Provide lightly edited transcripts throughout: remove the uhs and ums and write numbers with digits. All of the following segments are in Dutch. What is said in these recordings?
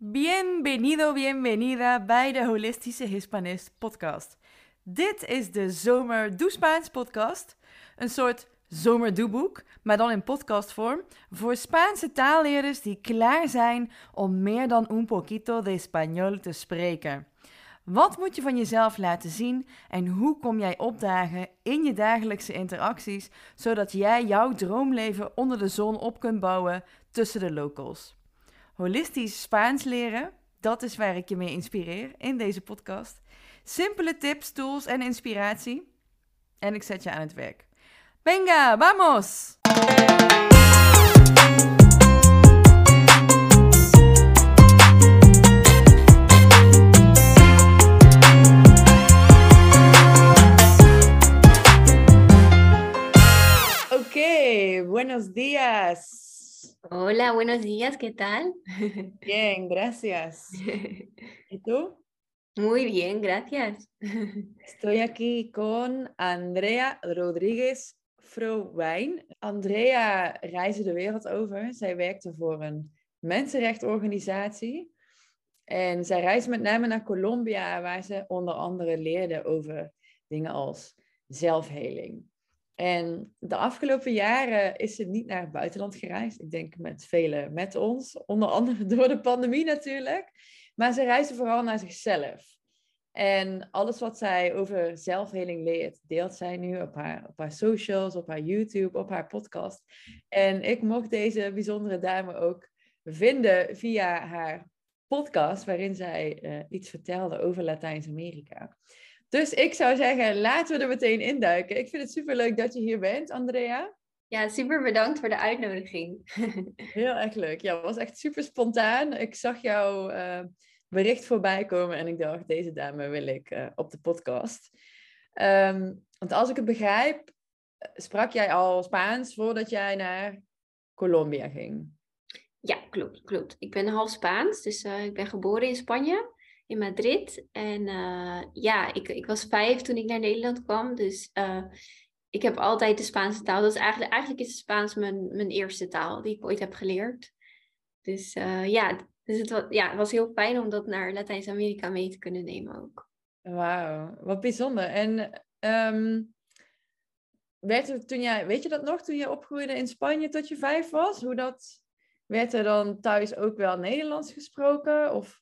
Bienvenido, bienvenida bij de Holistische Hispanist podcast. Dit is de Zomer Doe Spaans podcast. Een soort zomerdoeboek, maar dan in podcastvorm. Voor Spaanse taalleerders die klaar zijn om meer dan un poquito de español te spreken. Wat moet je van jezelf laten zien en hoe kom jij opdagen in je dagelijkse interacties, zodat jij jouw droomleven onder de zon op kunt bouwen tussen de locals? Holistisch Spaans leren, dat is waar ik je mee inspireer in deze podcast. Simpele tips, tools en inspiratie. En ik zet je aan het werk. Venga, vamos! Oké, buenos días. Hola, buenos días, ¿qué tal? Bien, gracias. ¿Y tú? Muy bien, gracias. Estoy aquí con Andrea Rodriguez Frouwijn. Andrea reisde de wereld over. Zij werkte voor een mensenrechtenorganisatie. En zij reisde met name naar Colombia, waar ze onder andere leerde over dingen als zelfheling. En de afgelopen jaren is ze niet naar het buitenland gereisd. Ik denk met velen met ons. Onder andere door de pandemie natuurlijk. Maar ze reisde vooral naar zichzelf. En alles wat zij over zelfheling leert, deelt zij nu op haar socials, op haar YouTube, op haar podcast. En ik mocht deze bijzondere dame ook vinden via haar podcast, waarin zij iets vertelde over Latijns-Amerika. Dus ik zou zeggen, laten we er meteen induiken. Ik vind het superleuk dat je hier bent, Andrea. Ja, super bedankt voor de uitnodiging. Heel erg leuk. Ja, het was echt super spontaan. Ik zag jouw bericht voorbij komen en ik dacht, deze dame wil ik op de podcast. Want als ik het begrijp, sprak jij al Spaans voordat jij naar Colombia ging? Ja, klopt. Ik ben half Spaans, dus ik ben geboren in Spanje, in Madrid. En ik was 5 toen ik naar Nederland kwam, dus ik heb altijd de Spaanse taal. Dat is eigenlijk is het Spaans mijn eerste taal die ik ooit heb geleerd. Dus het was heel fijn om dat naar Latijns-Amerika mee te kunnen nemen ook. Wauw, wat bijzonder. En weet je dat nog, toen je opgroeide in Spanje tot je 5 was? Werd er dan thuis ook wel Nederlands gesproken? Of?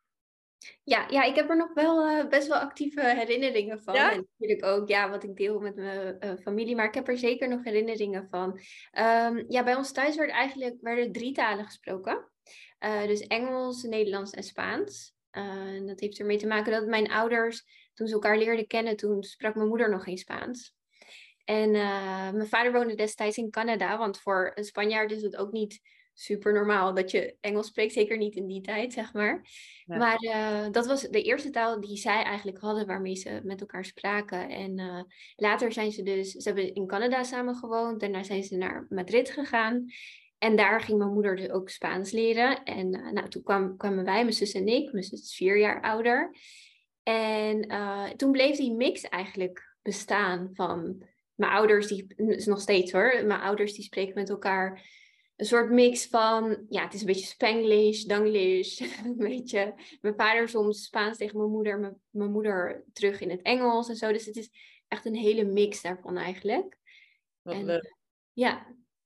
Ja, ik heb er nog wel best wel actieve herinneringen van. Ja? En natuurlijk ook wat ik deel met mijn familie. Maar ik heb er zeker nog herinneringen van. Bij ons thuis werden 3 talen gesproken. Dus Engels, Nederlands en Spaans. En dat heeft ermee te maken dat mijn ouders, toen ze elkaar leerden kennen, toen sprak mijn moeder nog geen Spaans. En mijn vader woonde destijds in Canada. Want voor een Spanjaard is het ook niet super normaal dat je Engels spreekt. Zeker niet in die tijd, zeg maar. Ja. Maar dat was de eerste taal die zij eigenlijk hadden waarmee ze met elkaar spraken. En later zijn ze hebben in Canada samen gewoond. Daarna zijn ze naar Madrid gegaan. En daar ging mijn moeder dus ook Spaans leren. En toen kwamen wij, mijn zus en ik. Mijn zus is 4 jaar ouder. En toen bleef die mix eigenlijk bestaan van mijn ouders, is nog steeds hoor. Mijn ouders die spreken met elkaar een soort mix van, het is een beetje Spanglish, Danglish, een beetje. Mijn vader soms Spaans tegen mijn moeder, mijn moeder terug in het Engels en zo. Dus het is echt een hele mix daarvan eigenlijk. Wat leuk. Ja.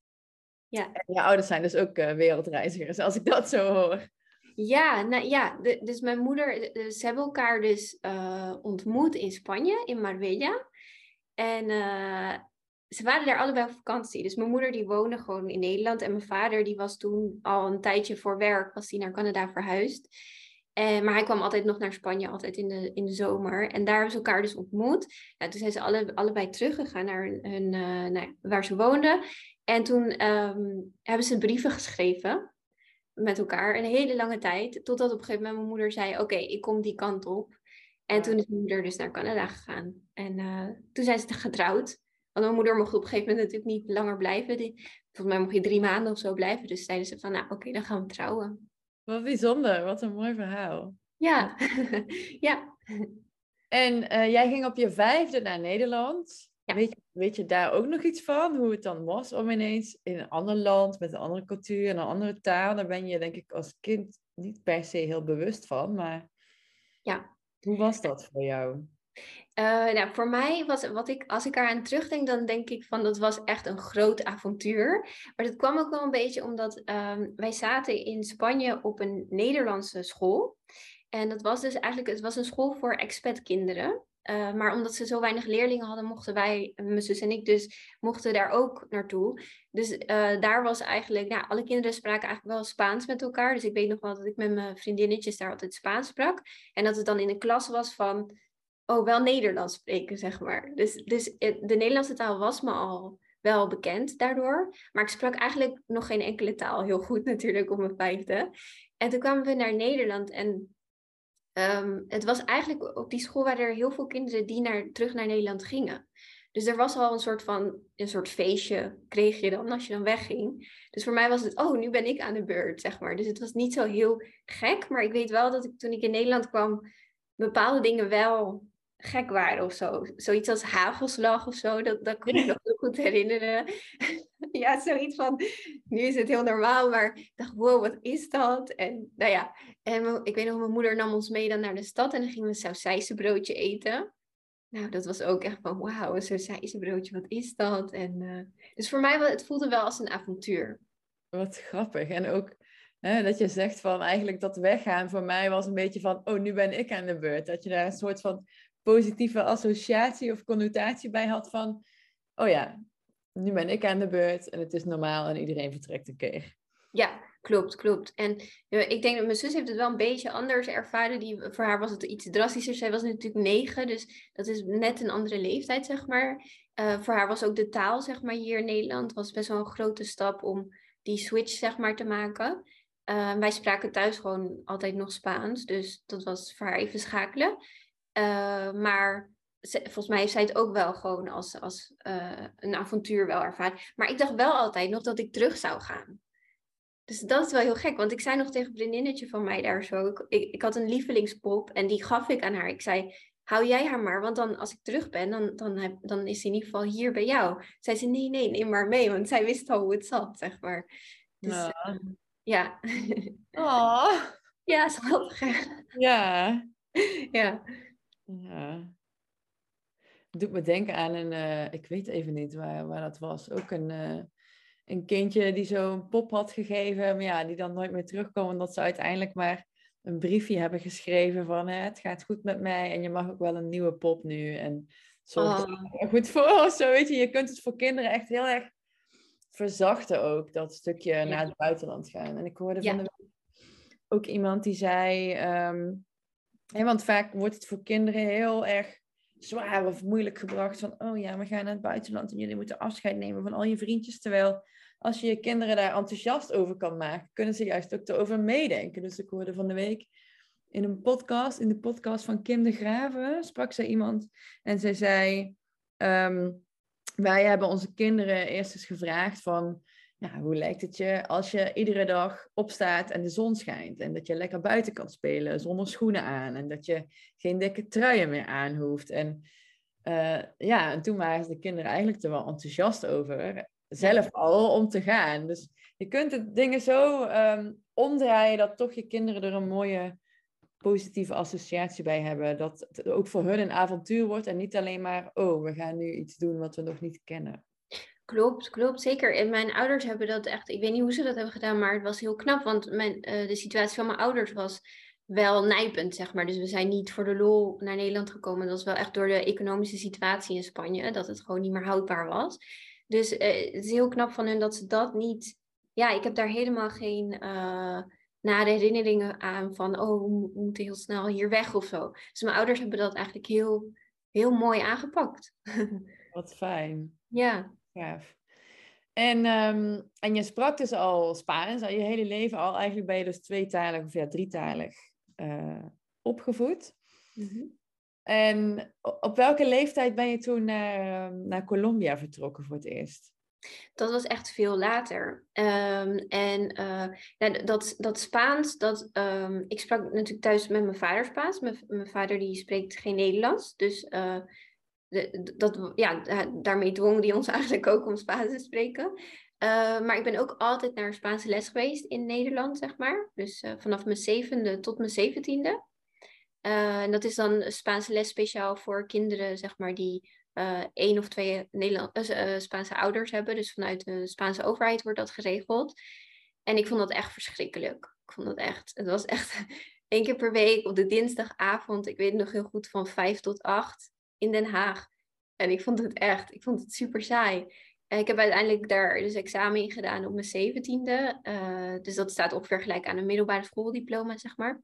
En je ouders zijn dus ook wereldreizigers, als ik dat zo hoor. Dus mijn moeder, ze hebben elkaar dus ontmoet in Spanje, in Marbella. En ze waren daar allebei op vakantie. Dus mijn moeder die woonde gewoon in Nederland. En mijn vader die was toen al een tijdje voor werk, was hij naar Canada verhuisd. Maar hij kwam altijd nog naar Spanje, altijd in de zomer. En daar hebben ze elkaar dus ontmoet. Toen zijn ze allebei teruggegaan naar waar ze woonden. En toen hebben ze brieven geschreven met elkaar een hele lange tijd. Totdat op een gegeven moment mijn moeder zei, oké, ik kom die kant op. En toen is mijn moeder dus naar Canada gegaan. En toen zijn ze getrouwd. Want mijn moeder mocht op een gegeven moment natuurlijk niet langer blijven. Volgens mij mocht je 3 maanden of zo blijven. Dus zeiden ze van, oké, dan gaan we trouwen. Wat bijzonder, wat een mooi verhaal. Ja, ja. En jij ging op je 5e naar Nederland. Ja. Weet je daar ook nog iets van? Hoe het dan was om ineens in een ander land, met een andere cultuur en een andere taal. Daar ben je denk ik als kind niet per se heel bewust van, maar Ja. hoe was dat voor jou? Nou, voor mij was als ik eraan terugdenk, dan denk ik van dat was echt een groot avontuur. Maar dat kwam ook wel een beetje omdat wij zaten in Spanje op een Nederlandse school. En dat was dus eigenlijk, het was een school voor expatkinderen. Maar omdat ze zo weinig leerlingen hadden, mochten wij, mijn zus en ik dus, mochten daar ook naartoe. Dus daar was eigenlijk, nou, alle kinderen spraken eigenlijk wel Spaans met elkaar. Dus ik weet nog wel dat ik met mijn vriendinnetjes daar altijd Spaans sprak. En dat het dan in een klas was van wel Nederlands spreken, zeg maar. Dus de Nederlandse taal was me al wel bekend daardoor. Maar ik sprak eigenlijk nog geen enkele taal heel goed natuurlijk op mijn 5e. En toen kwamen we naar Nederland en het was eigenlijk op die school waren er heel veel kinderen die terug naar Nederland gingen. Dus er was al een soort feestje kreeg je dan als je dan wegging. Dus voor mij was het, nu ben ik aan de beurt, zeg maar. Dus het was niet zo heel gek, maar ik weet wel dat toen ik in Nederland kwam, bepaalde dingen wel gek waren of zo. Zoiets als hagelslag of zo, dat kon ik nog heel goed herinneren. Ja, zoiets van, nu is het heel normaal, maar ik dacht, wow, wat is dat? En nou ja, ik weet nog, mijn moeder nam ons mee dan naar de stad en dan gingen we een sausijzenbroodje eten. Nou, dat was ook echt van, wauw, een sausijzenbroodje, wat is dat? En, dus voor mij, het voelde wel als een avontuur. Wat grappig. En ook dat je zegt van eigenlijk dat weggaan voor mij was een beetje van, oh, nu ben ik aan de beurt. Dat je daar een soort van positieve associatie of connotatie bij had van, oh ja, nu ben ik aan de beurt en het is normaal en iedereen vertrekt een keer. Ja, klopt. En ik denk dat mijn zus heeft het wel een beetje anders ervaren. Voor haar was het iets drastischer. Zij was natuurlijk 9, dus dat is net een andere leeftijd, zeg maar. Voor haar was ook de taal, zeg maar, hier in Nederland, was best wel een grote stap om die switch, zeg maar, te maken. Wij spraken thuis gewoon altijd nog Spaans, dus dat was voor haar even schakelen. Maar volgens mij heeft zij het ook wel gewoon als een avontuur wel ervaren. Maar ik dacht wel altijd nog dat ik terug zou gaan. Dus dat is wel heel gek, want ik zei nog tegen een vriendinnetje van mij daar zo. Ik had een lievelingspop en die gaf ik aan haar. Ik zei, hou jij haar maar, want dan als ik terug ben, dan is ze in ieder geval hier bij jou. Zei ze, nee, neem maar mee, want zij wist al hoe het zat, zeg maar. Dus ja. Oh. Ja, schattig. Ja. Ja. Ja. Het doet me denken aan ik weet even niet waar dat was. Ook een kindje die zo'n pop had gegeven, maar ja, die dan nooit meer terugkwam, omdat ze uiteindelijk maar een briefje hebben geschreven van het gaat goed met mij en je mag ook wel een nieuwe pop nu en zorg er goed voor. Zo, weet je kunt het voor kinderen echt heel erg verzachten ook, dat stukje naar het buitenland gaan. En ik hoorde van de week ook iemand die zei, want vaak wordt het voor kinderen heel erg zwaar of moeilijk gebracht van, oh ja, we gaan naar het buitenland en jullie moeten afscheid nemen van al je vriendjes. Terwijl als je je kinderen daar enthousiast over kan maken, kunnen ze juist ook erover meedenken. Dus ik hoorde van de week in de podcast van Kim de Graven, sprak zij iemand en zij zei, wij hebben onze kinderen eerst eens gevraagd van, ja, hoe lijkt het je als je iedere dag opstaat en de zon schijnt en dat je lekker buiten kan spelen zonder schoenen aan en dat je geen dikke truien meer aan hoeft. En en toen waren de kinderen eigenlijk er wel enthousiast over, zelf al, om te gaan. Dus je kunt het dingen zo omdraaien dat toch je kinderen er een mooie positieve associatie bij hebben. Dat het ook voor hun een avontuur wordt en niet alleen maar, oh, we gaan nu iets doen wat we nog niet kennen. Klopt, zeker. En mijn ouders hebben dat echt, ik weet niet hoe ze dat hebben gedaan, maar het was heel knap, want de situatie van mijn ouders was wel nijpend, zeg maar. Dus we zijn niet voor de lol naar Nederland gekomen. Dat was wel echt door de economische situatie in Spanje, dat het gewoon niet meer houdbaar was. Dus het is heel knap van hun dat ze dat niet... Ja, ik heb daar helemaal geen nare herinneringen aan van, we moeten heel snel hier weg of zo. Dus mijn ouders hebben dat eigenlijk heel, heel mooi aangepakt. Wat fijn. Ja. Gaaf. En je sprak dus al Spaans, al je hele leven al. Eigenlijk ben je dus tweetalig of ja, drietalig opgevoed. Mm-hmm. En op welke leeftijd ben je toen naar Colombia vertrokken voor het eerst? Dat was echt veel later. Dat Spaans, ik sprak natuurlijk thuis met mijn vader Spaans. Mijn vader die spreekt geen Nederlands. Dus daarmee dwong hij ons eigenlijk ook om Spaans te spreken. Maar ik ben ook altijd naar Spaanse les geweest in Nederland, zeg maar. Dus vanaf mijn 7e tot mijn 17e. En dat is dan een Spaanse les speciaal voor kinderen, zeg maar, die 1 of 2 Spaanse ouders hebben. Dus vanuit de Spaanse overheid wordt dat geregeld. En ik vond dat echt verschrikkelijk. Ik vond dat echt, het was echt 1 keer per week op de dinsdagavond. Ik weet het nog heel goed, van 5 tot 8 in Den Haag. En ik vond het super saai. Ik heb uiteindelijk daar dus examen in gedaan op mijn 17e. Dus dat staat ongeveer gelijk aan een middelbare schooldiploma, zeg maar.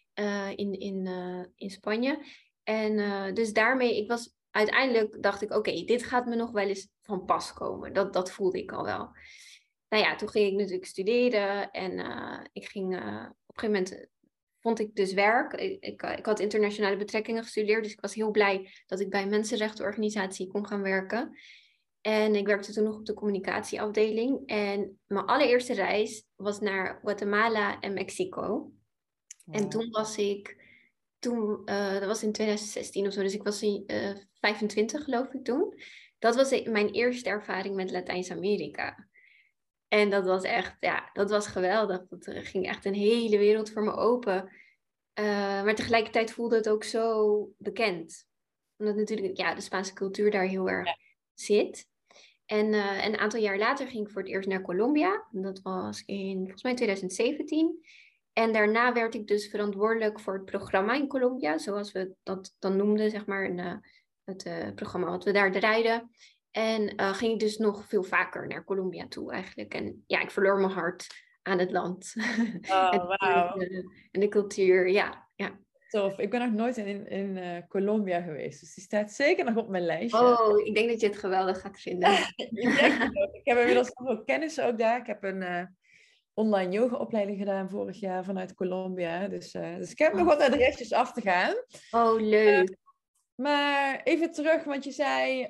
In Spanje. En dus daarmee, uiteindelijk dacht ik, oké, dit gaat me nog wel eens van pas komen. Dat voelde ik al wel. Nou ja, toen ging ik natuurlijk studeren en ik ging op een gegeven moment vond ik dus werk. Ik had internationale betrekkingen gestudeerd, dus ik was heel blij dat ik bij een mensenrechtenorganisatie kon gaan werken. En ik werkte toen nog op de communicatieafdeling. En mijn allereerste reis was naar Guatemala en Mexico. En toen was ik, dat was in 2016 of zo, dus ik was 25 geloof ik toen. Dat was mijn eerste ervaring met Latijns-Amerika. En dat was echt, ja, dat was geweldig. Dat ging echt een hele wereld voor me open. Maar tegelijkertijd voelde het ook zo bekend. Omdat natuurlijk ja, de Spaanse cultuur daar heel erg zit. En een aantal jaar later ging ik voor het eerst naar Colombia. Dat was in volgens mij 2017. En daarna werd ik dus verantwoordelijk voor het programma in Colombia. Zoals we dat dan noemden, zeg maar. Het programma wat we daar draaiden. En ging ik dus nog veel vaker naar Colombia toe eigenlijk. En ja, ik verloor mijn hart aan het land. Oh, wauw. En de cultuur, ja. Tof. Ik ben nog nooit in Colombia geweest. Dus die staat zeker nog op mijn lijstje. Oh, ik denk dat je het geweldig gaat vinden. Ik denk het ook. Ik heb inmiddels ook kennissen ook daar. Ik heb een online yogaopleiding gedaan vorig jaar vanuit Colombia. Dus ik heb nog wat adresjes af te gaan. Oh, leuk. Maar even terug, want je zei...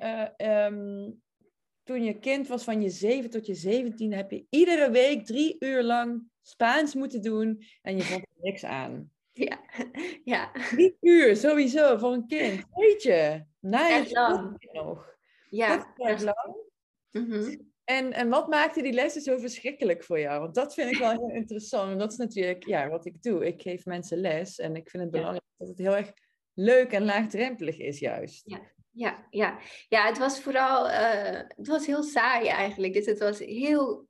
toen je kind was van je 7 tot je 17... heb je iedere week 3 uur lang Spaans moeten doen. En je vond er niks aan. Ja. 3 uur sowieso voor een kind. Weet je, na je Echt lang. nog. Ja. Dat is echt lang. Mm-hmm. En wat maakte die lessen zo verschrikkelijk voor jou? Want dat vind ik wel heel interessant. En dat is natuurlijk wat ik doe. Ik geef mensen les en ik vind het belangrijk dat het heel erg leuk en laagdrempelig is juist. Ja, het was vooral, het was heel saai eigenlijk. Dus het was heel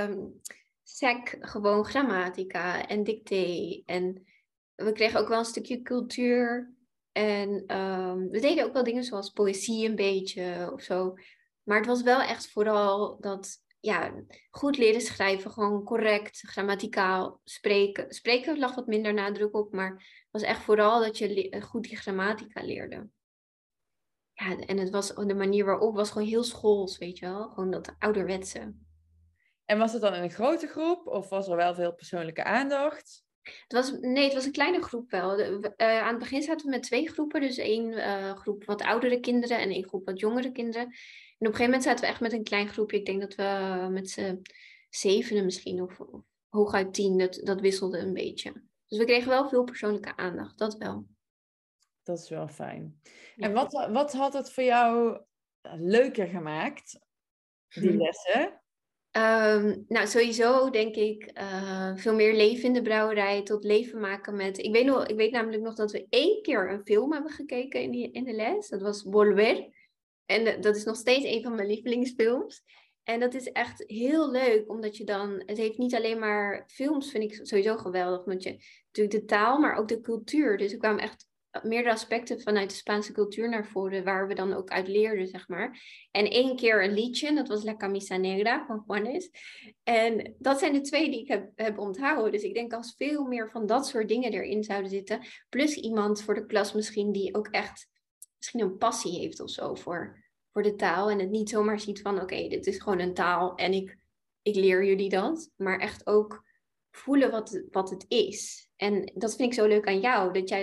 sec, gewoon grammatica en dicté. En we kregen ook wel een stukje cultuur. En we deden ook wel dingen zoals poëzie een beetje of zo. Maar het was wel echt vooral dat, ja, goed leren schrijven, gewoon correct, grammaticaal spreken. Spreken lag wat minder nadruk op, maar het was echt vooral dat je goed die grammatica leerde. Ja, en het was, de manier waarop was gewoon heel schools, weet je wel. Gewoon dat ouderwetse. En was het dan in een grote groep of was er wel veel persoonlijke aandacht? Het was een kleine groep wel. Aan het begin zaten we met 2 groepen. Dus 1 groep wat oudere kinderen en 1 groep wat jongere kinderen. En op een gegeven moment zaten we echt met een klein groepje. Ik denk dat we met z'n 7 misschien of hooguit 10. Dat wisselde een beetje. Dus we kregen wel veel persoonlijke aandacht, dat wel. Dat is wel fijn. Ja. En wat had het voor jou leuker gemaakt, die lessen? Nou, sowieso denk ik veel meer leven in de brouwerij, tot leven maken met... Ik weet namelijk nog dat we 1 keer een film hebben gekeken in de les. Dat was Volver. En dat is nog steeds een van mijn lievelingsfilms. En dat is echt heel leuk, omdat je dan... Het heeft niet alleen maar... Films vind ik sowieso geweldig, want je natuurlijk de taal, maar ook de cultuur. Dus er kwamen echt meerdere aspecten vanuit de Spaanse cultuur naar voren, waar we dan ook uit leerden, zeg maar. En 1 keer een liedje, dat was La Camisa Negra van Juanes. En dat zijn de 2 die ik heb onthouden. Dus ik denk als veel meer van dat soort dingen erin zouden zitten, plus iemand voor de klas misschien die ook echt misschien een passie heeft of zo voor de taal. En het niet zomaar ziet van, oké, dit is gewoon een taal en ik leer jullie dat. Maar echt ook voelen wat het is. En dat vind ik zo leuk aan jou, dat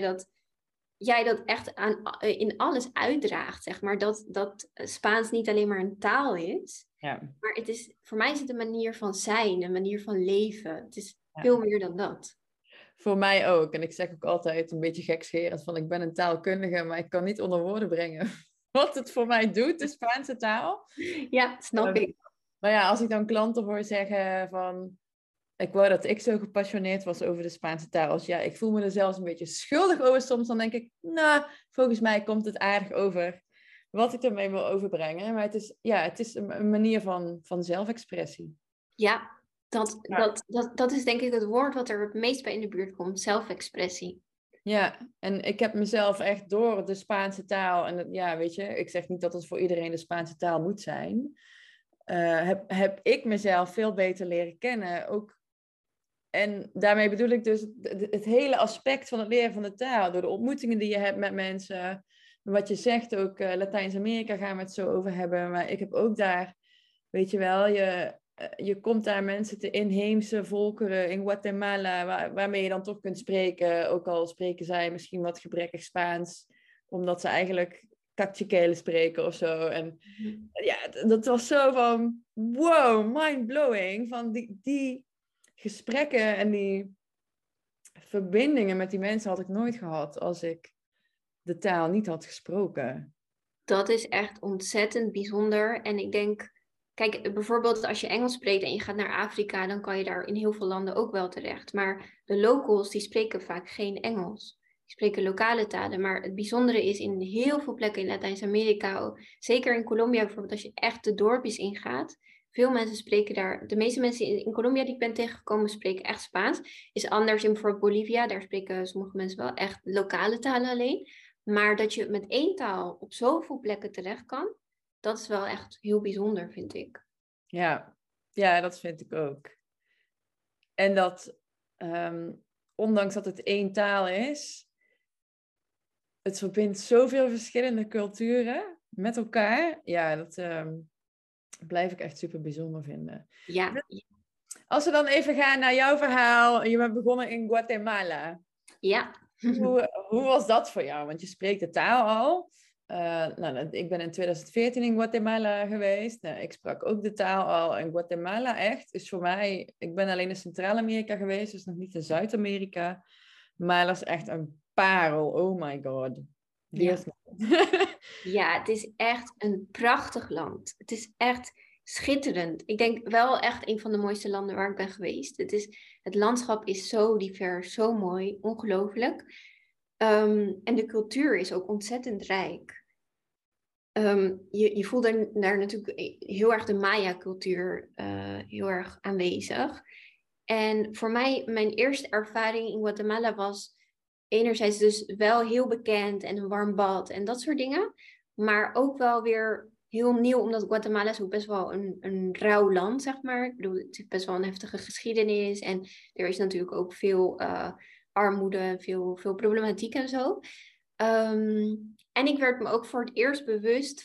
jij dat echt in alles uitdraagt, zeg maar. Dat Spaans niet alleen maar een taal is. Ja. Maar voor mij is het een manier van zijn, een manier van leven. Het is veel meer dan dat. Voor mij ook. En ik zeg ook altijd een beetje gekscherend van ik ben een taalkundige, maar ik kan niet onder woorden brengen wat het voor mij doet, de Spaanse taal. Ja, snap ik. Maar ja, als ik dan klanten hoor zeggen van... Ik wou dat ik zo gepassioneerd was over de Spaanse taal. Als ja, ik voel me er zelfs een beetje schuldig over soms. Dan denk ik, nou, volgens mij komt het aardig over wat ik ermee wil overbrengen. Maar het is een manier van zelfexpressie. Ja, Ja. dat is denk ik het woord wat er het meest bij in de buurt komt. Zelfexpressie. Ja, en ik heb mezelf echt door de Spaanse taal... En ja, weet je, ik zeg niet dat het voor iedereen de Spaanse taal moet zijn. Heb ik mezelf veel beter leren kennen. Ook. En daarmee bedoel ik dus het hele aspect van het leren van de taal. Door de ontmoetingen die je hebt met mensen. Wat je zegt ook, Latijns-Amerika gaan we het zo over hebben. Maar ik heb ook daar, weet je wel, je komt daar mensen te inheemse volkeren in Guatemala. Waarmee je dan toch kunt spreken. Ook al spreken zij misschien wat gebrekkig Spaans. Omdat ze eigenlijk Cachiquel spreken of zo. En ja, dat was zo van, wow, mind-blowing. Van die gesprekken en die verbindingen met die mensen had ik nooit gehad als ik de taal niet had gesproken. Dat is echt ontzettend bijzonder. En ik denk, kijk, bijvoorbeeld als je Engels spreekt en je gaat naar Afrika, dan kan je daar in heel veel landen ook wel terecht. Maar de locals, die spreken vaak geen Engels. Die spreken lokale talen. Maar het bijzondere is in heel veel plekken in Latijns-Amerika, zeker in Colombia bijvoorbeeld, als je echt de dorpjes ingaat, veel mensen spreken daar, de meeste mensen in Colombia die ik ben tegengekomen spreken echt Spaans. Is anders in bijvoorbeeld Bolivia, daar spreken sommige mensen wel echt lokale talen alleen. Maar dat je met één taal op zoveel plekken terecht kan, dat is wel echt heel bijzonder, vind ik. Ja, ja, dat vind ik ook. En dat, ondanks dat het één taal is, het verbindt zoveel verschillende culturen met elkaar. Ja, dat blijf ik echt super bijzonder vinden. Ja, Als we dan even gaan naar jouw verhaal. Je bent begonnen in Guatemala. ja. Hoe was dat voor jou? Want je spreekt de taal al. Nou, ik ben in 2014 in Guatemala geweest. Nou, ik sprak ook de taal al. En Guatemala echt is voor mij... Ik ben alleen in Centraal-Amerika geweest, dus nog niet in Zuid-Amerika. Maar dat is echt een parel. Oh my god. Ja. Dios mío. Ja, het is echt een prachtig land. Het is echt schitterend. Ik denk wel echt een van de mooiste landen waar ik ben geweest. Het landschap is zo divers, zo mooi, ongelooflijk. En de cultuur is ook ontzettend rijk. Je voelt daar natuurlijk heel erg de Maya-cultuur heel erg aanwezig. En voor mij, mijn eerste ervaring in Guatemala was enerzijds dus wel heel bekend en een warm bad en dat soort dingen. Maar ook wel weer heel nieuw, omdat Guatemala is ook best wel een rauw land, zeg maar. Ik bedoel, het heeft best wel een heftige geschiedenis. En er is natuurlijk ook veel armoede, veel problematiek en zo. En ik werd me ook voor het eerst bewust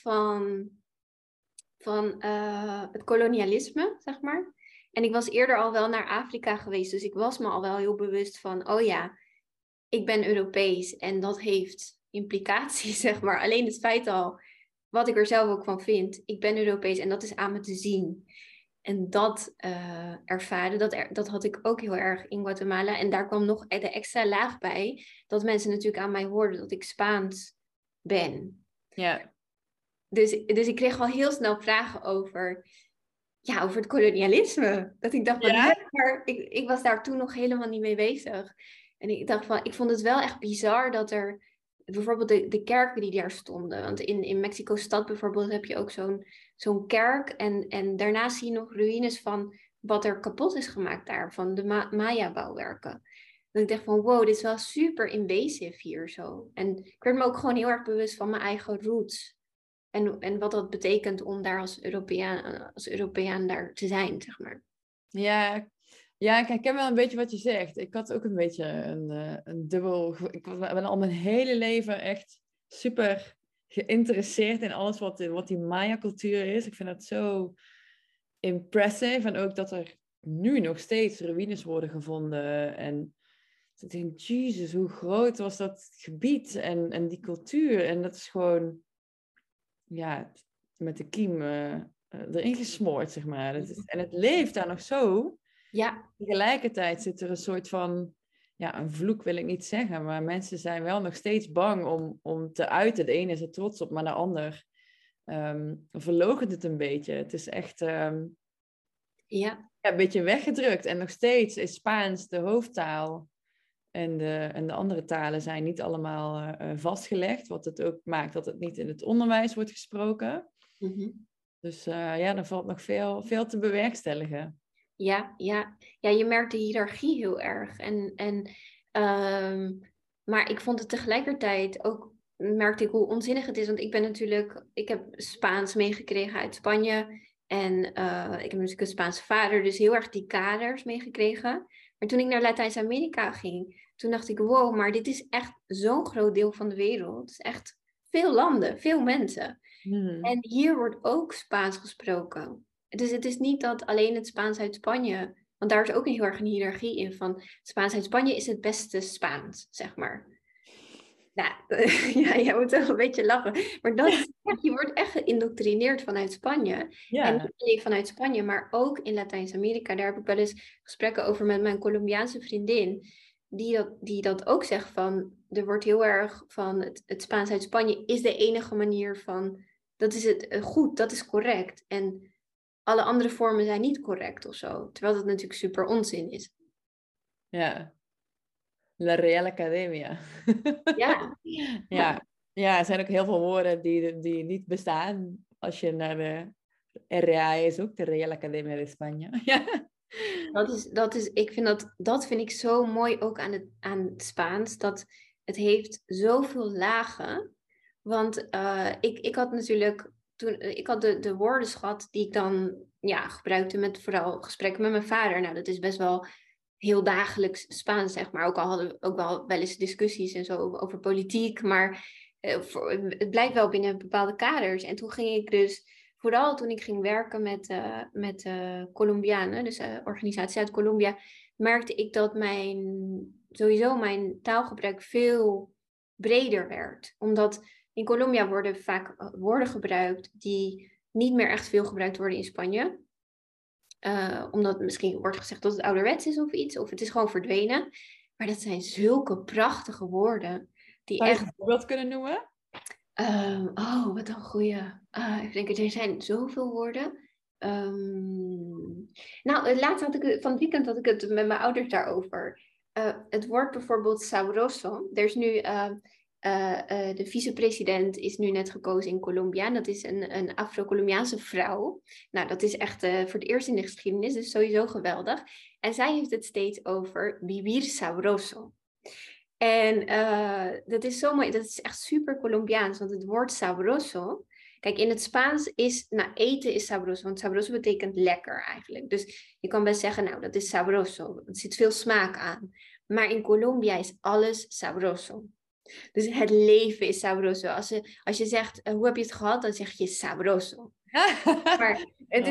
van het kolonialisme, zeg maar. En ik was eerder al wel naar Afrika geweest, dus ik was me al wel heel bewust van, oh ja, ik ben Europees en dat heeft implicaties, zeg maar. Alleen het feit al, wat ik er zelf ook van vind, ik ben Europees en dat is aan me te zien. En dat ervaren, dat had ik ook heel erg in Guatemala. En daar kwam nog de extra laag bij, dat mensen natuurlijk aan mij hoorden dat ik Spaans ben. Ja, Dus ik kreeg al heel snel vragen over het kolonialisme. Dat ik dacht van, hè, ja, maar ik was daar toen nog helemaal niet mee bezig. En ik dacht van, ik vond het wel echt bizar dat er bijvoorbeeld de kerken die daar stonden. Want in Mexico-stad bijvoorbeeld heb je ook zo'n kerk. En daarnaast zie je nog ruïnes van wat er kapot is gemaakt daar, van de Maya-bouwwerken. Dat ik dacht van, wow, dit is wel super invasive hier zo. En ik werd me ook gewoon heel erg bewust van mijn eigen roots. En wat dat betekent om daar als Europeaan daar te zijn, zeg maar. ja. Ja, ik herken wel een beetje wat je zegt. Ik had ook een beetje een dubbel... ben al mijn hele leven echt super geïnteresseerd in alles wat die Maya-cultuur is. Ik vind dat zo impressive. En ook dat er nu nog steeds ruïnes worden gevonden. En ik denk, jezus, hoe groot was dat gebied en die cultuur. En dat is gewoon, ja, met de kiem erin gesmoord, zeg maar. En het leeft daar nog zo. Ja, Tegelijkertijd zit er een soort van, ja, een vloek wil ik niet zeggen, maar mensen zijn wel nog steeds bang om te uiten. De ene is er trots op, maar de ander verloochent het een beetje. Het is echt, Ja. een beetje weggedrukt. En nog steeds is Spaans de hoofdtaal. En de andere talen zijn niet allemaal vastgelegd. Wat het ook maakt dat het niet in het onderwijs wordt gesproken. Mhm. Dus ja, er valt nog veel te bewerkstelligen. Ja, ja. Ja, je merkt de hiërarchie heel erg. Maar ik vond het tegelijkertijd ook, merkte ik hoe onzinnig het is. Want ik heb Spaans meegekregen uit Spanje. En ik heb natuurlijk een Spaanse vader, dus heel erg die kaders meegekregen. Maar toen ik naar Latijns-Amerika ging, toen dacht ik, wow, maar dit is echt zo'n groot deel van de wereld. Het is echt veel landen, veel mensen. En hier wordt ook Spaans gesproken. Dus het is niet dat alleen het Spaans uit Spanje, want daar is ook een heel erg een hiërarchie in van Spaans uit Spanje is het beste Spaans, zeg maar. Nou, ja, jij moet wel een beetje lachen. Maar dat is, je wordt echt geïndoctrineerd vanuit Spanje. En Ja. niet alleen vanuit Spanje, maar ook in Latijns-Amerika. Daar heb ik wel eens gesprekken over met mijn Colombiaanse vriendin. Die dat ook zegt van, er wordt heel erg van het Spaans uit Spanje is de enige manier van, dat is het goed, dat is correct. En alle andere vormen zijn niet correct of zo. Terwijl dat natuurlijk super onzin is. Ja. La Real Academia. Ja, Ja. Ja, er zijn ook heel veel woorden die niet bestaan als je naar de RAE zoekt, de Real Academia de España. Ja. dat vind ik zo mooi ook aan het Spaans. Dat het heeft zoveel lagen. Want ik had natuurlijk ik had de woordenschat die ik dan ja, gebruikte met vooral gesprekken met mijn vader. Nou, dat is best wel heel dagelijks Spaans, zeg maar. Ook al hadden we ook wel eens discussies en zo over politiek. Maar het blijft wel binnen bepaalde kaders. En toen ging ik dus vooral toen ik ging werken met Colombianen, dus organisaties uit Colombia, merkte ik dat sowieso mijn taalgebruik veel breder werd. Omdat in Colombia worden vaak woorden gebruikt die niet meer echt veel gebruikt worden in Spanje. Omdat misschien wordt gezegd dat het ouderwets is of iets, of het is gewoon verdwenen. Maar dat zijn zulke prachtige woorden. Die Zou je echt. een voorbeeld kunnen noemen? Wat een goeie. Even denken, er zijn zoveel woorden. Laatst van het weekend had ik het met mijn ouders daarover. Het woord bijvoorbeeld sabroso. Er is nu, de vicepresident is nu net gekozen in Colombia. En dat is een Afro-Colombiaanse vrouw. Nou, dat is echt voor het eerst in de geschiedenis, dus sowieso geweldig. En zij heeft het steeds over vivir sabroso. En dat is zo mooi, dat is echt super Colombiaans, want het woord sabroso, kijk in het Spaans is, eten is sabroso, want sabroso betekent lekker eigenlijk. Dus je kan best zeggen, nou dat is sabroso, er zit veel smaak aan. Maar in Colombia is alles sabroso. Dus het leven is sabroso. Als je zegt, hoe heb je het gehad, dan zeg je sabroso. Maar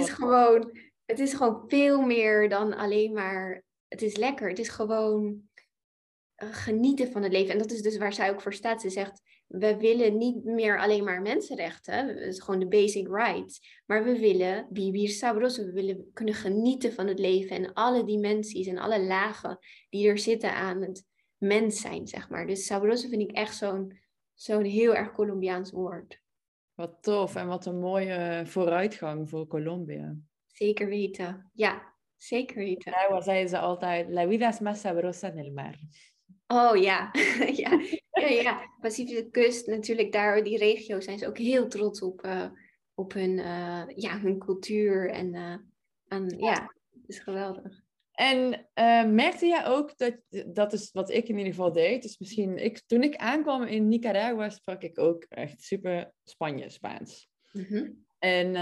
het is gewoon veel meer dan alleen maar, het is lekker. Het is gewoon genieten van het leven. En dat is dus waar zij ook voor staat. Ze zegt, we willen niet meer alleen maar mensenrechten. Dat is gewoon de basic rights. Maar we willen vivir sabroso. We willen kunnen genieten van het leven. En alle dimensies en alle lagen die er zitten aan het mens zijn, zeg maar. Dus sabroso vind ik echt zo'n heel erg Colombiaans woord. Wat tof en wat een mooie vooruitgang voor Colombia. Zeker weten. Ja, zeker weten. Daar zeiden ze altijd, la vida es más sabrosa en el mar. Oh ja, ja. Ja. Pacifische kust, natuurlijk daar, die regio, zijn ze ook heel trots op hun cultuur. Ja, het is geweldig. En merkte jij ook dat is wat ik in ieder geval deed. Dus misschien, toen ik aankwam in Nicaragua, sprak ik ook echt super Spanje-Spaans. Mm-hmm. En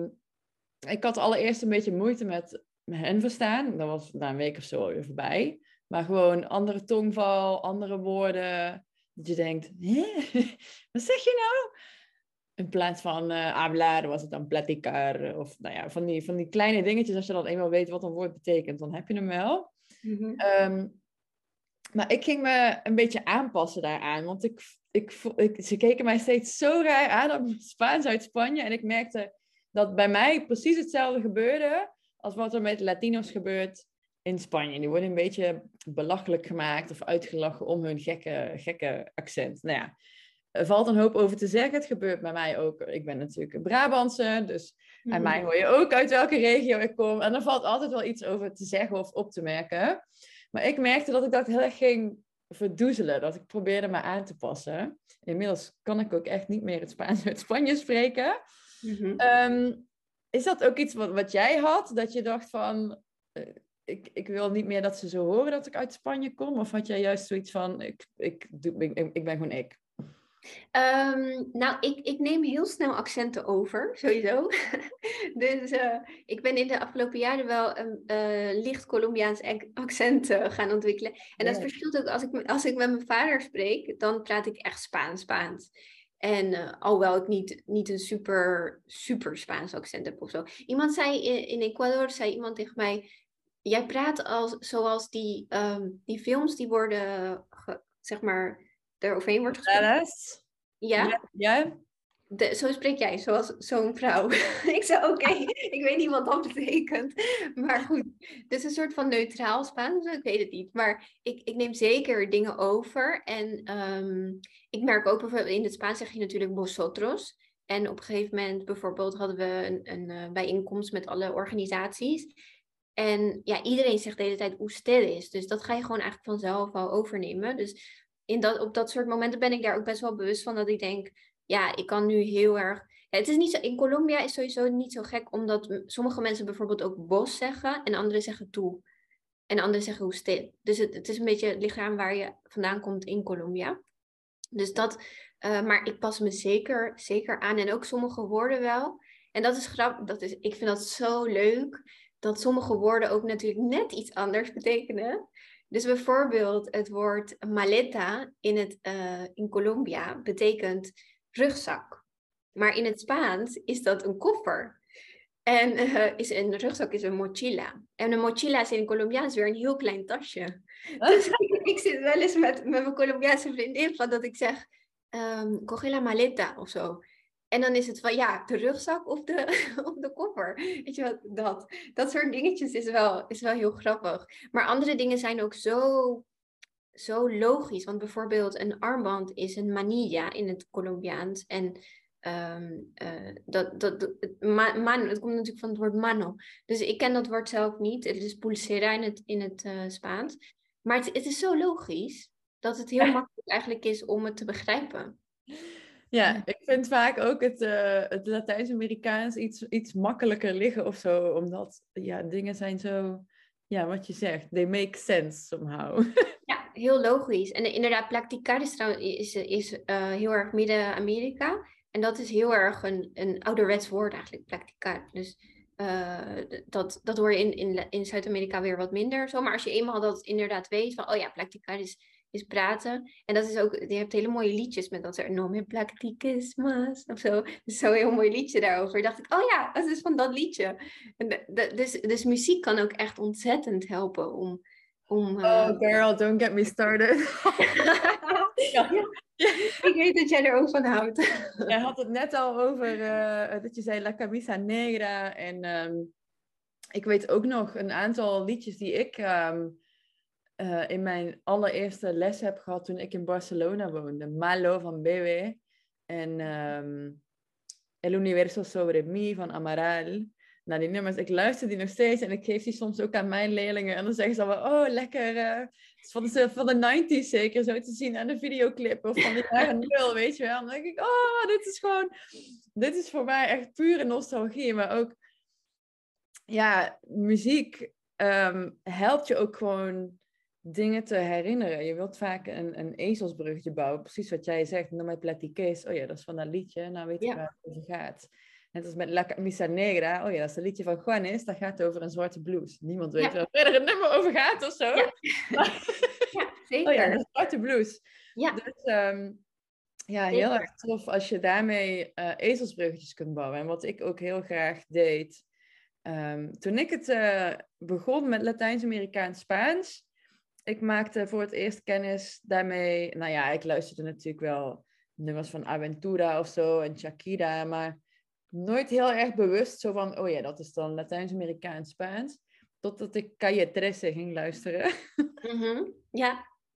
ik had allereerst een beetje moeite met hen verstaan. Dat was na een week of zo weer voorbij. Maar gewoon andere tongval, andere woorden. Dat je denkt, wat zeg je nou? In plaats van hablar was het dan platicar. Of nou ja, van die kleine dingetjes. Als je dan eenmaal weet wat een woord betekent, dan heb je hem wel. Mm-hmm. Maar ik ging me een beetje aanpassen daaraan. Want ze keken mij steeds zo raar aan op Spaans uit Spanje. En ik merkte dat bij mij precies hetzelfde gebeurde als wat er met Latino's gebeurt in Spanje. Die worden een beetje belachelijk gemaakt of uitgelachen om hun gekke accent. Nou ja. er valt een hoop over te zeggen. Het gebeurt bij mij ook. Ik ben natuurlijk een Brabantse, dus aan mij hoor je ook uit welke regio ik kom. En er valt altijd wel iets over te zeggen of op te merken. Maar ik merkte dat ik dat heel erg ging verdoezelen. Dat ik probeerde me aan te passen. Inmiddels kan ik ook echt niet meer het Spaans uit Spanje spreken. Is dat ook iets wat jij had? Dat je dacht van... Ik wil niet meer dat ze zo horen dat ik uit Spanje kom? Of had jij juist zoiets van... Ik ben gewoon ik? Nou, ik neem heel snel accenten over, sowieso. Dus ik ben in de afgelopen jaren wel een licht Colombiaans accent gaan ontwikkelen. En dat verschilt ook als ik met mijn vader spreek, dan praat ik echt Spaans. En alhoewel ik niet een super Spaans accent heb of zo. Iemand zei in Ecuador, zei iemand tegen mij, jij praat zoals die films die worden, zeg maar, eroverheen wordt gesproken. Ja? Ja? Zo spreek jij, zoals zo'n vrouw. Ik zei, oké, ik weet niet wat dat betekent. Maar goed, het is een soort van neutraal Spaans, ik weet het niet. Maar ik neem zeker dingen over. En ik merk ook bijvoorbeeld, in het Spaans zeg je natuurlijk vosotros. En op een gegeven moment bijvoorbeeld hadden we een bijeenkomst met alle organisaties. En ja, iedereen zegt de hele tijd ustedes. Dus dat ga je gewoon eigenlijk vanzelf al overnemen. Dus op dat soort momenten ben ik daar ook best wel bewust van dat ik denk, ja, ik kan nu heel erg. Ja, het is niet zo, in Colombia is sowieso niet zo gek, omdat sommige mensen bijvoorbeeld ook bos zeggen en anderen zeggen toe. En anderen zeggen usted. Dus het is een beetje het lichaam waar je vandaan komt in Colombia. Dus dat, maar ik pas me zeker aan. En ook sommige woorden wel. En dat is grappig, ik vind dat zo leuk, dat sommige woorden ook natuurlijk net iets anders betekenen. Dus bijvoorbeeld het woord maleta in Colombia betekent rugzak. Maar in het Spaans is dat een koffer. En een rugzak is een mochila. En een mochila is in Colombiaans weer een heel klein tasje. Dus ik zit wel eens met mijn Colombiaanse vriendin van dat ik zeg, coge la maleta of zo. En dan is het van, ja, de rugzak of de koffer. Weet je wat, dat soort dingetjes is wel heel grappig. Maar andere dingen zijn ook zo logisch. Want bijvoorbeeld een armband is een manilla in het Colombiaans. En het komt natuurlijk van het woord mano. Dus ik ken dat woord zelf niet. Het is pulsera in het Spaans. Maar het is zo logisch dat het heel makkelijk eigenlijk is om het te begrijpen. Ja, ik vind vaak ook het Latijns-Amerikaans iets makkelijker liggen of zo. Omdat dingen zijn zo, wat je zegt, they make sense somehow. Ja, heel logisch. En inderdaad, practicar is heel erg Midden-Amerika. En dat is heel erg een ouderwets woord eigenlijk, practicar. Dus dat hoor je in Zuid-Amerika weer wat minder zo. Maar als je eenmaal dat inderdaad weet, van practicar is praten. En dat is ook, je hebt hele mooie liedjes met dat er no me practiques más of zo. Dus zo'n heel mooi liedje daarover. Dacht ik, dat is van dat liedje. En dus muziek kan ook echt ontzettend helpen om Oh girl, don't get me started. ja. Ik weet dat jij er ook van houdt. Jij had het net al over dat je zei La Camisa Negra. En ik weet ook nog een aantal liedjes die ik in mijn allereerste les heb gehad toen ik in Barcelona woonde. Malo van Bebe. En El Universo Sobre Mí van Amaral. Nou, die nummers, ik luister die nog steeds en ik geef die soms ook aan mijn leerlingen. En dan zeggen ze allemaal, lekker. Het is van de 90s zeker, zo te zien aan de videoclip. Of van de jaren 0, weet je wel. Dan denk ik, dit is voor mij echt pure nostalgie. Maar ook, muziek helpt je ook gewoon dingen te herinneren. Je wilt vaak een ezelsbruggetje bouwen. Precies wat jij zegt, no me platiques. Oh ja, dat is van dat liedje. Nou weet ik waar het over gaat. Net als met La Camisa Negra. Oh ja, dat is een liedje van Juanes. Dat gaat over een zwarte blues. Niemand weet waar verder het nummer over gaat of zo. Ja, zeker. Oh ja, een zwarte blues. Ja. Dus heel erg tof als je daarmee ezelsbruggetjes kunt bouwen. En wat ik ook heel graag deed. Toen ik het begon met Latijns-Amerikaans Spaans. Ik maakte voor het eerst kennis daarmee. Nou ja, ik luisterde natuurlijk wel nummers van Aventura of zo en Shakira. Maar nooit heel erg bewust zo van, dat is dan Latijns-Amerikaans Spaans. Totdat ik Calle 13 ging luisteren. Ja.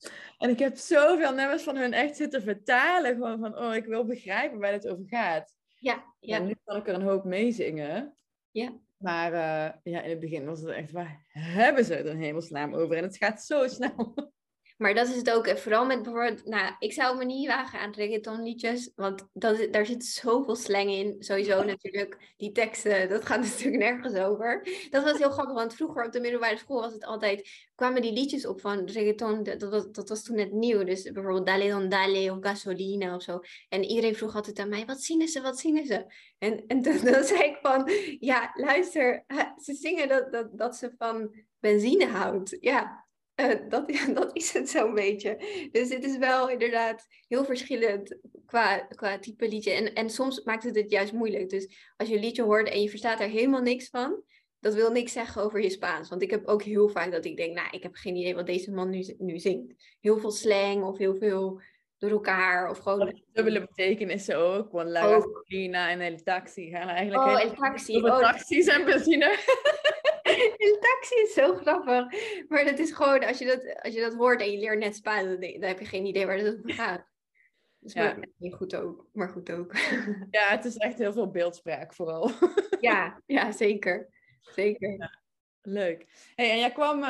En ik heb zoveel nummers van hun echt zitten vertalen. Gewoon van, oh, ik wil begrijpen waar het over gaat. Ja, En nu kan ik er een hoop mee zingen. ja. Maar ja, in het begin was het echt, waar hebben ze het in hemelsnaam over? En het gaat zo snel. Maar dat is het ook. En vooral met bijvoorbeeld, nou, ik zou me niet wagen aan reggaetonliedjes, want daar zit zoveel slang in. Sowieso natuurlijk, die teksten, dat gaat natuurlijk nergens over. Dat was heel grappig, want vroeger op de middelbare school was het altijd, kwamen die liedjes op van reggaeton, dat was toen net nieuw. Dus bijvoorbeeld Dale Don Dale of Gasolina of zo. En iedereen vroeg altijd aan mij, wat zingen ze, wat zingen ze? En toen zei ik van, ja, luister, ze zingen dat ze van benzine houdt. Ja. Dat is het zo'n beetje. Dus het is wel inderdaad heel verschillend qua type liedje. En soms maakt het juist moeilijk. Dus als je een liedje hoort en je verstaat er helemaal niks van, dat wil niks zeggen over je Spaans. Want ik heb ook heel vaak dat ik denk, nou, ik heb geen idee wat deze man nu zingt. Heel veel slang of heel veel door elkaar. Of gewoon... Dubbele betekenissen ook. Want La Gasolina en El Taxi gaan eigenlijk El Taxi. over taxis en benzine. Een taxi is zo grappig. Maar dat is gewoon, als je dat hoort en je leert net Spaans, dan heb je geen idee waar het over gaat. Dus Ja. maar niet goed ook, maar goed ook. Ja, het is echt heel veel beeldspraak vooral. Ja, zeker. Zeker. Ja, leuk. Hey, en jij kwam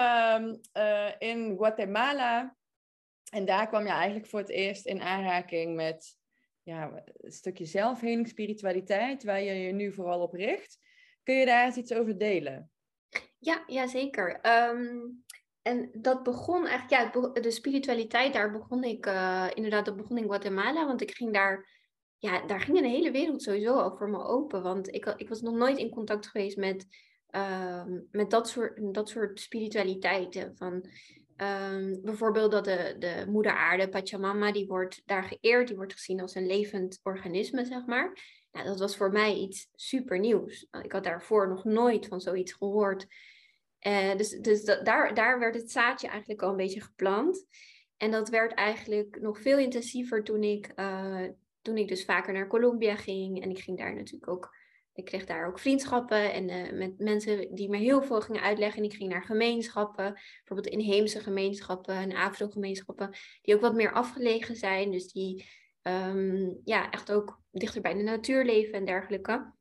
in Guatemala en daar kwam je eigenlijk voor het eerst in aanraking met een stukje zelfheling, spiritualiteit, waar je je nu vooral op richt. Kun je daar eens iets over delen? Ja, zeker. En dat begon eigenlijk, de spiritualiteit, daar begon ik inderdaad, dat begon in Guatemala, want ik ging daar ging een hele wereld sowieso al voor me open, want ik was nog nooit in contact geweest met dat soort spiritualiteiten. Van, bijvoorbeeld dat de moeder aarde, Pachamama, die wordt daar geëerd, die wordt gezien als een levend organisme, zeg maar. Nou, dat was voor mij iets super nieuws. Ik had daarvoor nog nooit van zoiets gehoord. Dus daar werd het zaadje eigenlijk al een beetje geplant. En dat werd eigenlijk nog veel intensiever toen ik dus vaker naar Colombia ging. En ik ging daar natuurlijk ook, ik kreeg daar ook vriendschappen en met mensen die me heel veel gingen uitleggen. En ik ging naar gemeenschappen, bijvoorbeeld inheemse gemeenschappen en Afro-gemeenschappen, die ook wat meer afgelegen zijn. Dus die echt ook dichter bij de natuur leven en dergelijke.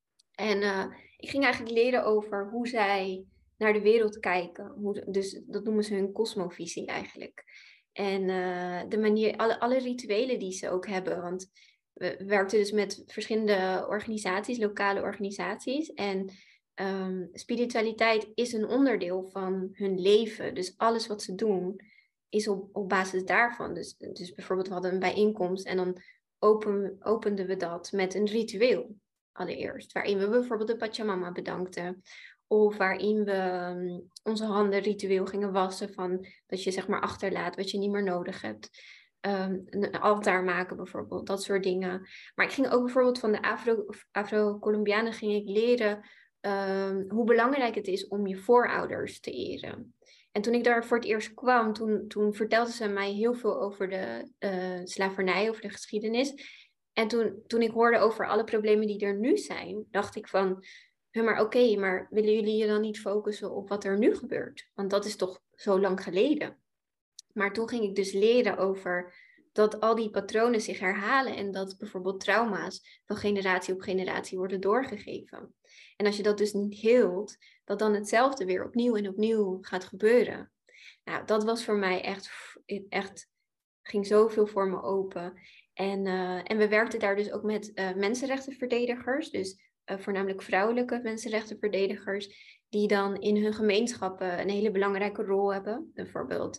En ik ging eigenlijk leren over hoe zij naar de wereld kijken. Dus dat noemen ze hun kosmovisie eigenlijk. En de manier, alle rituelen die ze ook hebben. Want we werkten dus met verschillende organisaties, lokale organisaties. En spiritualiteit is een onderdeel van hun leven. Dus alles wat ze doen is op basis daarvan. Dus bijvoorbeeld we hadden een bijeenkomst en dan openden we dat met een ritueel allereerst. Waarin we bijvoorbeeld de Pachamama bedankten. Of waarin we onze handen ritueel gingen wassen. Van dat je zeg maar achterlaat wat je niet meer nodig hebt. Een altaar maken bijvoorbeeld. Dat soort dingen. Maar ik ging ook bijvoorbeeld van de Afro-Colombianen ging ik leren hoe belangrijk het is om je voorouders te eren. En toen ik daar voor het eerst kwam, toen vertelden ze mij heel veel over de slavernij, over de geschiedenis. En toen ik hoorde over alle problemen die er nu zijn, dacht ik van, maar oké, maar willen jullie je dan niet focussen op wat er nu gebeurt? Want dat is toch zo lang geleden. Maar toen ging ik dus leren over dat al die patronen zich herhalen en dat bijvoorbeeld trauma's van generatie op generatie worden doorgegeven. En als je dat dus niet heelt, dat dan hetzelfde weer opnieuw en opnieuw gaat gebeuren. Nou, dat was voor mij echt ging zoveel voor me open. En we werkten daar dus ook met mensenrechtenverdedigers, dus voornamelijk vrouwelijke mensenrechtenverdedigers, die dan in hun gemeenschappen een hele belangrijke rol hebben. Bijvoorbeeld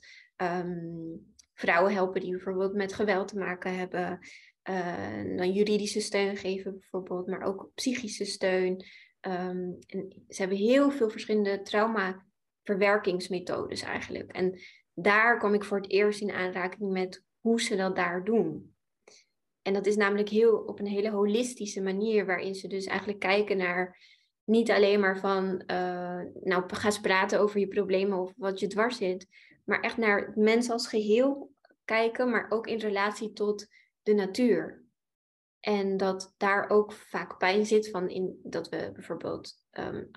vrouwen helpen die bijvoorbeeld met geweld te maken hebben. Dan juridische steun geven bijvoorbeeld, maar ook psychische steun. En ze hebben heel veel verschillende traumaverwerkingsmethodes eigenlijk. En daar kwam ik voor het eerst in aanraking met hoe ze dat daar doen. En dat is namelijk op een hele holistische manier, waarin ze dus eigenlijk kijken naar niet alleen maar van, ga eens praten over je problemen of wat je dwars zit, maar echt naar het mens als geheel kijken, maar ook in relatie tot de natuur. En dat daar ook vaak pijn zit dat we bijvoorbeeld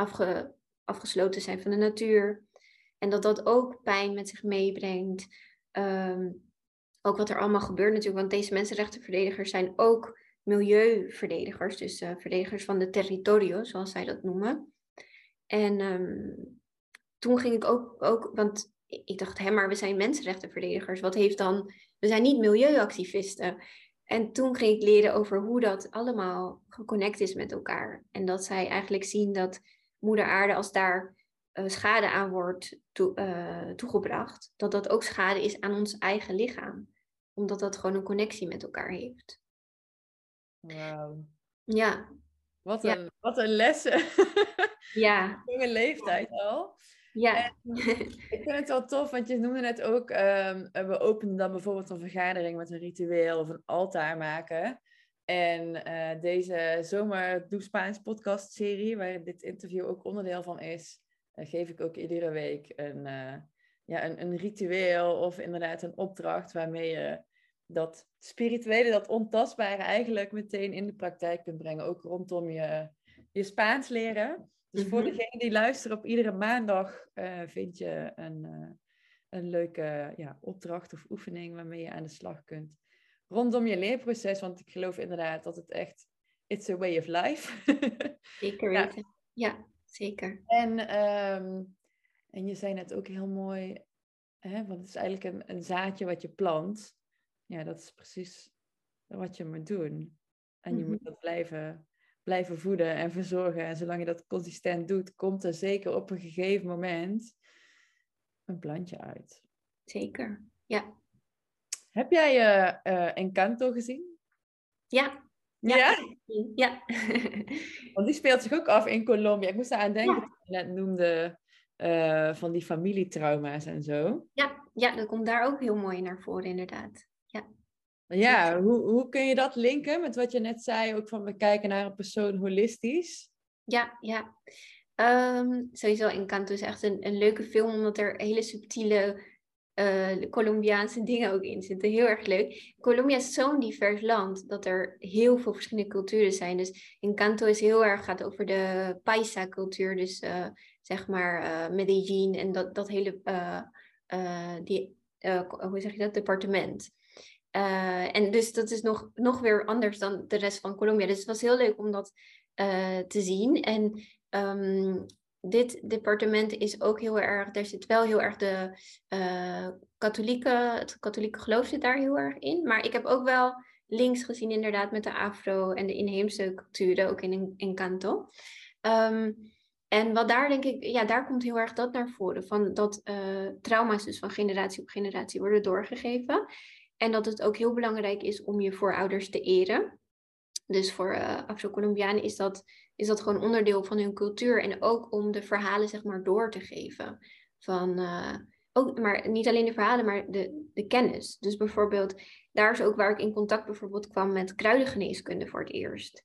afgesloten zijn van de natuur. En dat ook pijn met zich meebrengt. ook wat er allemaal gebeurt natuurlijk. Want deze mensenrechtenverdedigers zijn ook milieuverdedigers. Dus verdedigers van de territorio, zoals zij dat noemen. En toen ging ik ook want ik dacht, maar we zijn mensenrechtenverdedigers. Wat heeft dan... We zijn niet milieuactivisten. En toen ging ik leren over hoe dat allemaal geconnect is met elkaar. En dat zij eigenlijk zien dat Moeder Aarde, als daar schade aan wordt toegebracht, dat dat ook schade is aan ons eigen lichaam. Omdat dat gewoon een connectie met elkaar heeft. Wauw. Ja. Wat een lessen. Ja. Jonge leeftijd al. Ja. Ik vind het wel tof, want je noemde net ook, we openen dan bijvoorbeeld een vergadering met een ritueel of een altaar maken. En deze Zomer Doe Spaans podcast serie, waar dit interview ook onderdeel van is, geef ik ook iedere week een ritueel of inderdaad een opdracht waarmee je dat spirituele, dat ontastbare eigenlijk meteen in de praktijk kunt brengen. Ook rondom je Spaans leren. Dus voor degene die luisteren, op iedere maandag vind je een leuke opdracht of oefening waarmee je aan de slag kunt. Rondom je leerproces, want ik geloof inderdaad dat het echt, it's a way of life. Zeker weten. Ja, zeker. En je zei net ook heel mooi, want het is eigenlijk een zaadje wat je plant. Ja, dat is precies wat je moet doen. En je moet dat blijven voeden en verzorgen. En zolang je dat consistent doet, komt er zeker op een gegeven moment een plantje uit. Zeker, ja. Heb jij Encanto gezien? Ja. Ja? Ja. Want die speelt zich ook af in Colombia. Ik moest daar aan denken toen je net noemde van die familietrauma's en zo. Ja, dat komt daar ook heel mooi naar voren inderdaad. Ja, hoe kun je dat linken met wat je net zei, ook van we kijken naar een persoon holistisch? Ja. Sowieso Encanto is echt een leuke film, omdat er hele subtiele Colombiaanse dingen ook in zitten. Heel erg leuk. Colombia is zo'n divers land, dat er heel veel verschillende culturen zijn. Dus Encanto is heel erg, gaat over de Paisa cultuur, dus zeg maar Medellín en dat hele, hoe zeg je dat, departement. En dus dat is nog weer anders dan de rest van Colombia. Dus het was heel leuk om dat te zien. En dit departement is ook heel erg, daar zit wel heel erg het katholieke geloof zit daar heel erg in. Maar ik heb ook wel links gezien inderdaad met de Afro en de inheemse culturen, ook in Encanto. En wat daar denk ik, daar komt heel erg dat naar voren. Van dat trauma's dus van generatie op generatie worden doorgegeven. En dat het ook heel belangrijk is om je voorouders te eren. Dus voor Afro-Colombianen is dat gewoon onderdeel van hun cultuur. En ook om de verhalen zeg maar door te geven. Maar niet alleen de verhalen, maar de kennis. Dus bijvoorbeeld, daar is ook waar ik in contact bijvoorbeeld kwam met kruidengeneeskunde voor het eerst.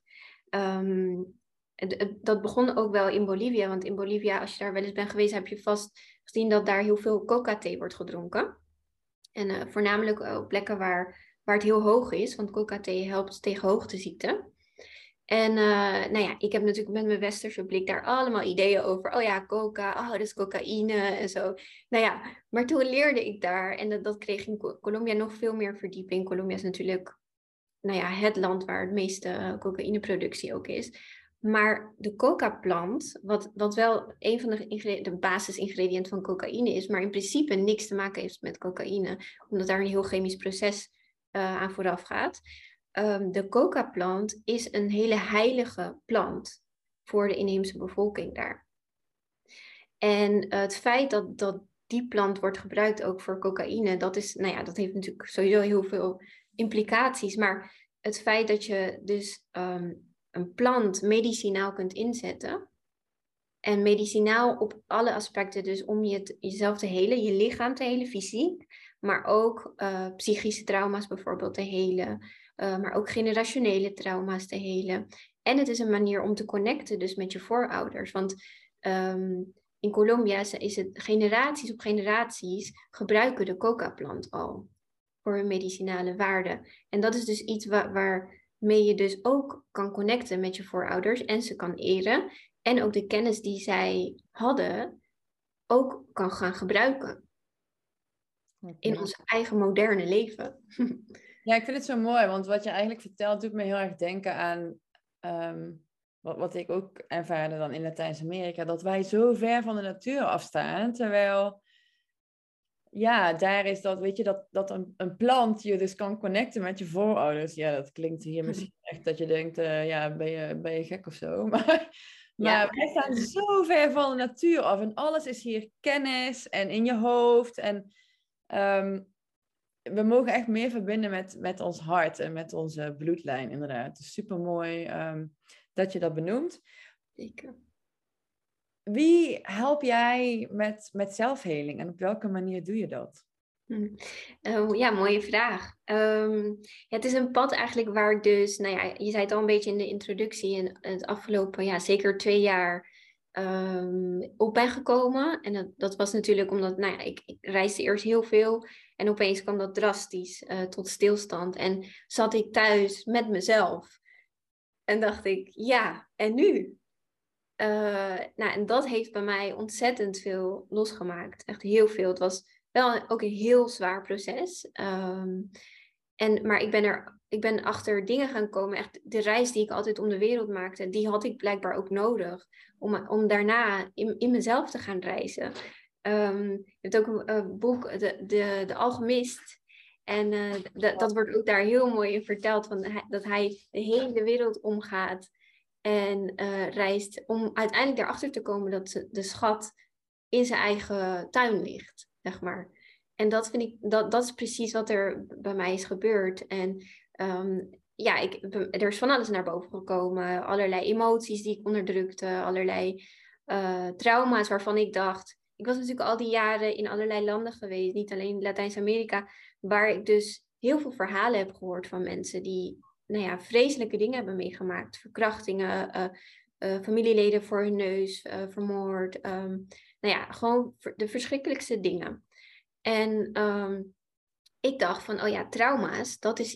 Dat begon ook wel in Bolivia. Want in Bolivia, als je daar wel eens bent geweest, heb je vast gezien dat daar heel veel coca-thee wordt gedronken. En voornamelijk op plekken waar het heel hoog is, want coca-thee helpt tegen hoogteziekte. En ik heb natuurlijk met mijn westerse blik daar allemaal ideeën over. Oh ja, coca, dat is cocaïne en zo. Maar toen leerde ik daar, en dat kreeg in Colombia nog veel meer verdieping. Colombia is natuurlijk het land waar het meeste cocaïneproductie ook is. Maar de coca-plant, wat wel een van de basisingrediënten van cocaïne is, maar in principe niks te maken heeft met cocaïne, omdat daar een heel chemisch proces aan vooraf gaat. De coca-plant is een hele heilige plant voor de inheemse bevolking daar. En het feit dat die plant wordt gebruikt ook voor cocaïne, dat heeft natuurlijk sowieso heel veel implicaties. Maar het feit dat je dus een plant medicinaal kunt inzetten. En medicinaal op alle aspecten, dus om jezelf te helen, je lichaam te helen, fysiek. Maar ook psychische trauma's bijvoorbeeld te helen. Maar ook generationele trauma's te helen. En het is een manier om te connecten dus met je voorouders. Want in Colombia is het generaties op generaties gebruiken de coca-plant al. Voor hun medicinale waarde. En dat is dus iets waarmee je dus ook kan connecten met je voorouders en ze kan eren. En ook de kennis die zij hadden ook kan gaan gebruiken. in ons eigen moderne leven. Ja, ik vind het zo mooi, want wat je eigenlijk vertelt doet me heel erg denken aan wat ik ook ervaarde dan in Latijns-Amerika, dat wij zo ver van de natuur afstaan, terwijl ja, daar is dat, weet je, dat een plant je dus kan connecten met je voorouders. Ja, dat klinkt hier misschien echt dat je denkt, ja, ben je gek of zo, maar wij staan zo ver van de natuur af en alles is hier kennis en in je hoofd en we mogen echt meer verbinden met ons hart en met onze bloedlijn, inderdaad. Het is super mooi dat je dat benoemt. Zeker. Wie help jij met zelfheling en op welke manier doe je dat? Ja, mooie vraag. Het is een pad eigenlijk waar ik dus, nou ja, je zei het al een beetje in de introductie, in het afgelopen, ja, zeker 2 jaar op ben gekomen. En dat was natuurlijk omdat, nou ja, ik reisde eerst heel veel en opeens kwam dat drastisch tot stilstand. En zat ik thuis met mezelf en dacht ik, ja, en nu? Nou, en dat heeft bij mij ontzettend veel losgemaakt. Echt heel veel. Het was wel ook een heel zwaar proces. Maar ik ben achter dingen gaan komen. Echt de reis die ik altijd om de wereld maakte, die had ik blijkbaar ook nodig. Om daarna in mezelf te gaan reizen. Je hebt ook een boek, de Alchemist. En dat wordt ook daar heel mooi in verteld. Dat hij de hele wereld omgaat. En reist om uiteindelijk erachter te komen dat de schat in zijn eigen tuin ligt, zeg maar. En dat vind ik, dat is precies wat er bij mij is gebeurd. En ja, er is van alles naar boven gekomen. Allerlei emoties die ik onderdrukte. Allerlei trauma's waarvan ik dacht... Ik was natuurlijk al die jaren in allerlei landen geweest. Niet alleen in Latijns-Amerika. Waar ik dus heel veel verhalen heb gehoord van mensen die... Nou ja, vreselijke dingen hebben meegemaakt. Verkrachtingen, familieleden voor hun neus, vermoord. Nou ja, gewoon de verschrikkelijkste dingen. En ik dacht van, oh ja, trauma's, dat is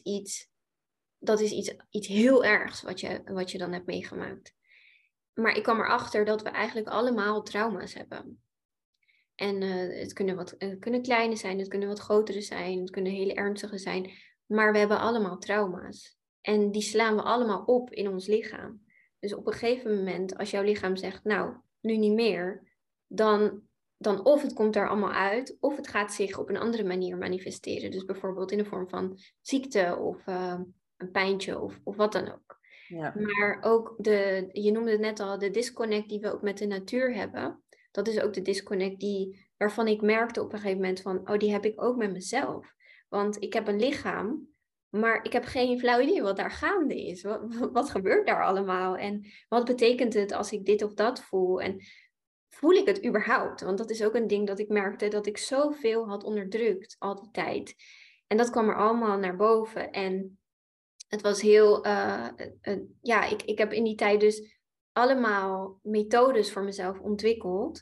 iets heel ergs wat je dan hebt meegemaakt. Maar ik kwam erachter dat we eigenlijk allemaal trauma's hebben. En het kunnen kleine zijn, het kunnen wat grotere zijn, het kunnen hele ernstige zijn. Maar we hebben allemaal trauma's. En die slaan we allemaal op in ons lichaam. Dus op een gegeven moment, als jouw lichaam zegt, nou, nu niet meer, dan of het komt er allemaal uit, of het gaat zich op een andere manier manifesteren. Dus bijvoorbeeld in de vorm van ziekte of een pijntje of wat dan ook. Ja. Maar ook je noemde het net al, de disconnect die we ook met de natuur hebben. Dat is ook de disconnect waarvan ik merkte op een gegeven moment van, oh, die heb ik ook met mezelf. Want ik heb een lichaam, maar ik heb geen flauw idee wat daar gaande is. Wat gebeurt daar allemaal? En wat betekent het als ik dit of dat voel? En voel ik het überhaupt? Want dat is ook een ding dat ik merkte, dat ik zoveel had onderdrukt al die tijd. En dat kwam er allemaal naar boven. En het was heel... ja, ik heb in die tijd dus allemaal methodes voor mezelf ontwikkeld.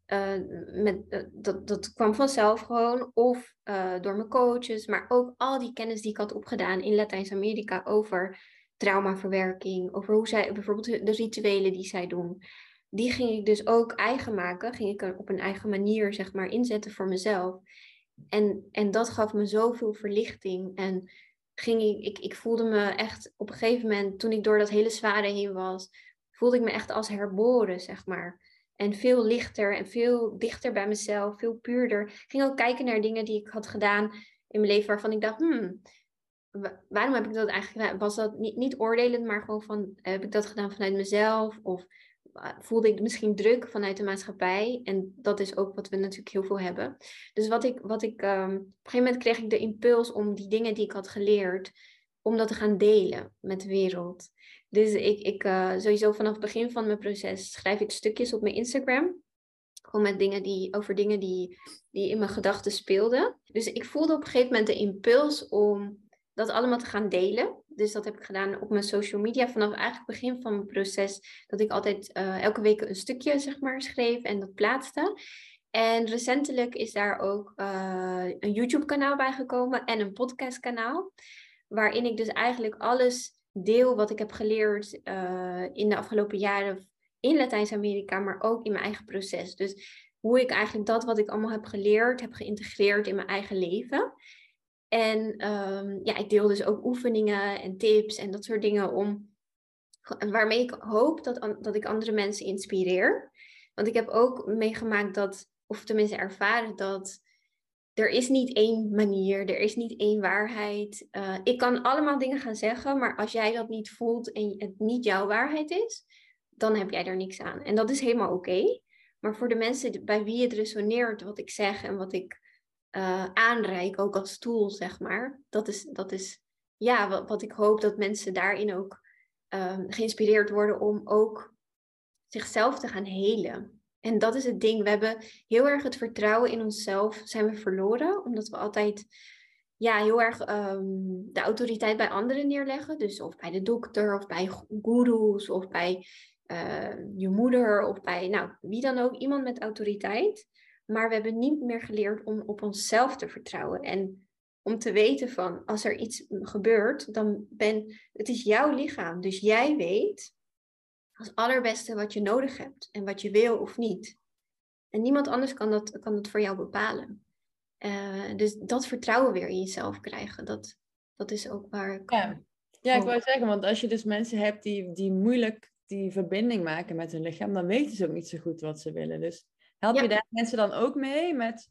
Dat kwam vanzelf gewoon, of door mijn coaches, maar ook al die kennis die ik had opgedaan in Latijns-Amerika over traumaverwerking, over hoe zij, bijvoorbeeld de rituelen die zij doen, die ging ik dus ook eigen maken, ging ik op een eigen manier, zeg maar, inzetten voor mezelf. En dat gaf me zoveel verlichting en ik voelde me echt op een gegeven moment, toen ik door dat hele zware heen was, voelde ik me echt als herboren, zeg maar. En veel lichter en veel dichter bij mezelf, veel puurder. Ik ging ook kijken naar dingen die ik had gedaan in mijn leven waarvan ik dacht, waarom heb ik dat eigenlijk gedaan? Was dat niet oordelend, maar gewoon van, heb ik dat gedaan vanuit mezelf? Of voelde ik misschien druk vanuit de maatschappij? En dat is ook wat we natuurlijk heel veel hebben. Dus op een gegeven moment kreeg ik de impuls om die dingen die ik had geleerd, om dat te gaan delen met de wereld. Dus ik sowieso vanaf het begin van mijn proces schrijf ik stukjes op mijn Instagram. Gewoon met over dingen die in mijn gedachten speelden. Dus ik voelde op een gegeven moment de impuls om dat allemaal te gaan delen. Dus dat heb ik gedaan op mijn social media vanaf eigenlijk het begin van mijn proces. Dat ik altijd elke week een stukje, zeg maar, schreef en dat plaatste. En recentelijk is daar ook een YouTube kanaal bij gekomen en een podcast kanaal. Waarin ik dus eigenlijk alles deel wat ik heb geleerd in de afgelopen jaren in Latijns-Amerika, maar ook in mijn eigen proces. Dus hoe ik eigenlijk dat wat ik allemaal heb geleerd, heb geïntegreerd in mijn eigen leven. En ik deel dus ook oefeningen en tips en dat soort dingen waarmee ik hoop dat ik andere mensen inspireer. Want ik heb ook meegemaakt of tenminste ervaren dat er is niet één manier, er is niet één waarheid. Ik kan allemaal dingen gaan zeggen, maar als jij dat niet voelt en het niet jouw waarheid is, dan heb jij er niks aan. En dat is helemaal oké. Maar voor de mensen bij wie het resoneert, wat ik zeg en wat ik aanreik, ook als tool, zeg maar. Dat is wat ik hoop dat mensen daarin ook geïnspireerd worden om ook zichzelf te gaan helen. En dat is het ding. We hebben heel erg het vertrouwen in onszelf zijn we verloren. Omdat we altijd heel erg de autoriteit bij anderen neerleggen. Dus of bij de dokter, of bij goeroes, of bij je moeder, of bij wie dan ook. Iemand met autoriteit. Maar we hebben niet meer geleerd om op onszelf te vertrouwen. En om te weten van, als er iets gebeurt, het is jouw lichaam. Dus jij weet als allerbeste wat je nodig hebt en wat je wil of niet. En niemand anders kan dat voor jou bepalen. Dus dat vertrouwen weer in jezelf krijgen, dat is ook waar ik... Ja, ik wou zeggen, want als je dus mensen hebt die moeilijk die verbinding maken met hun lichaam, dan weten ze ook niet zo goed wat ze willen. Dus help je daar mensen dan ook mee met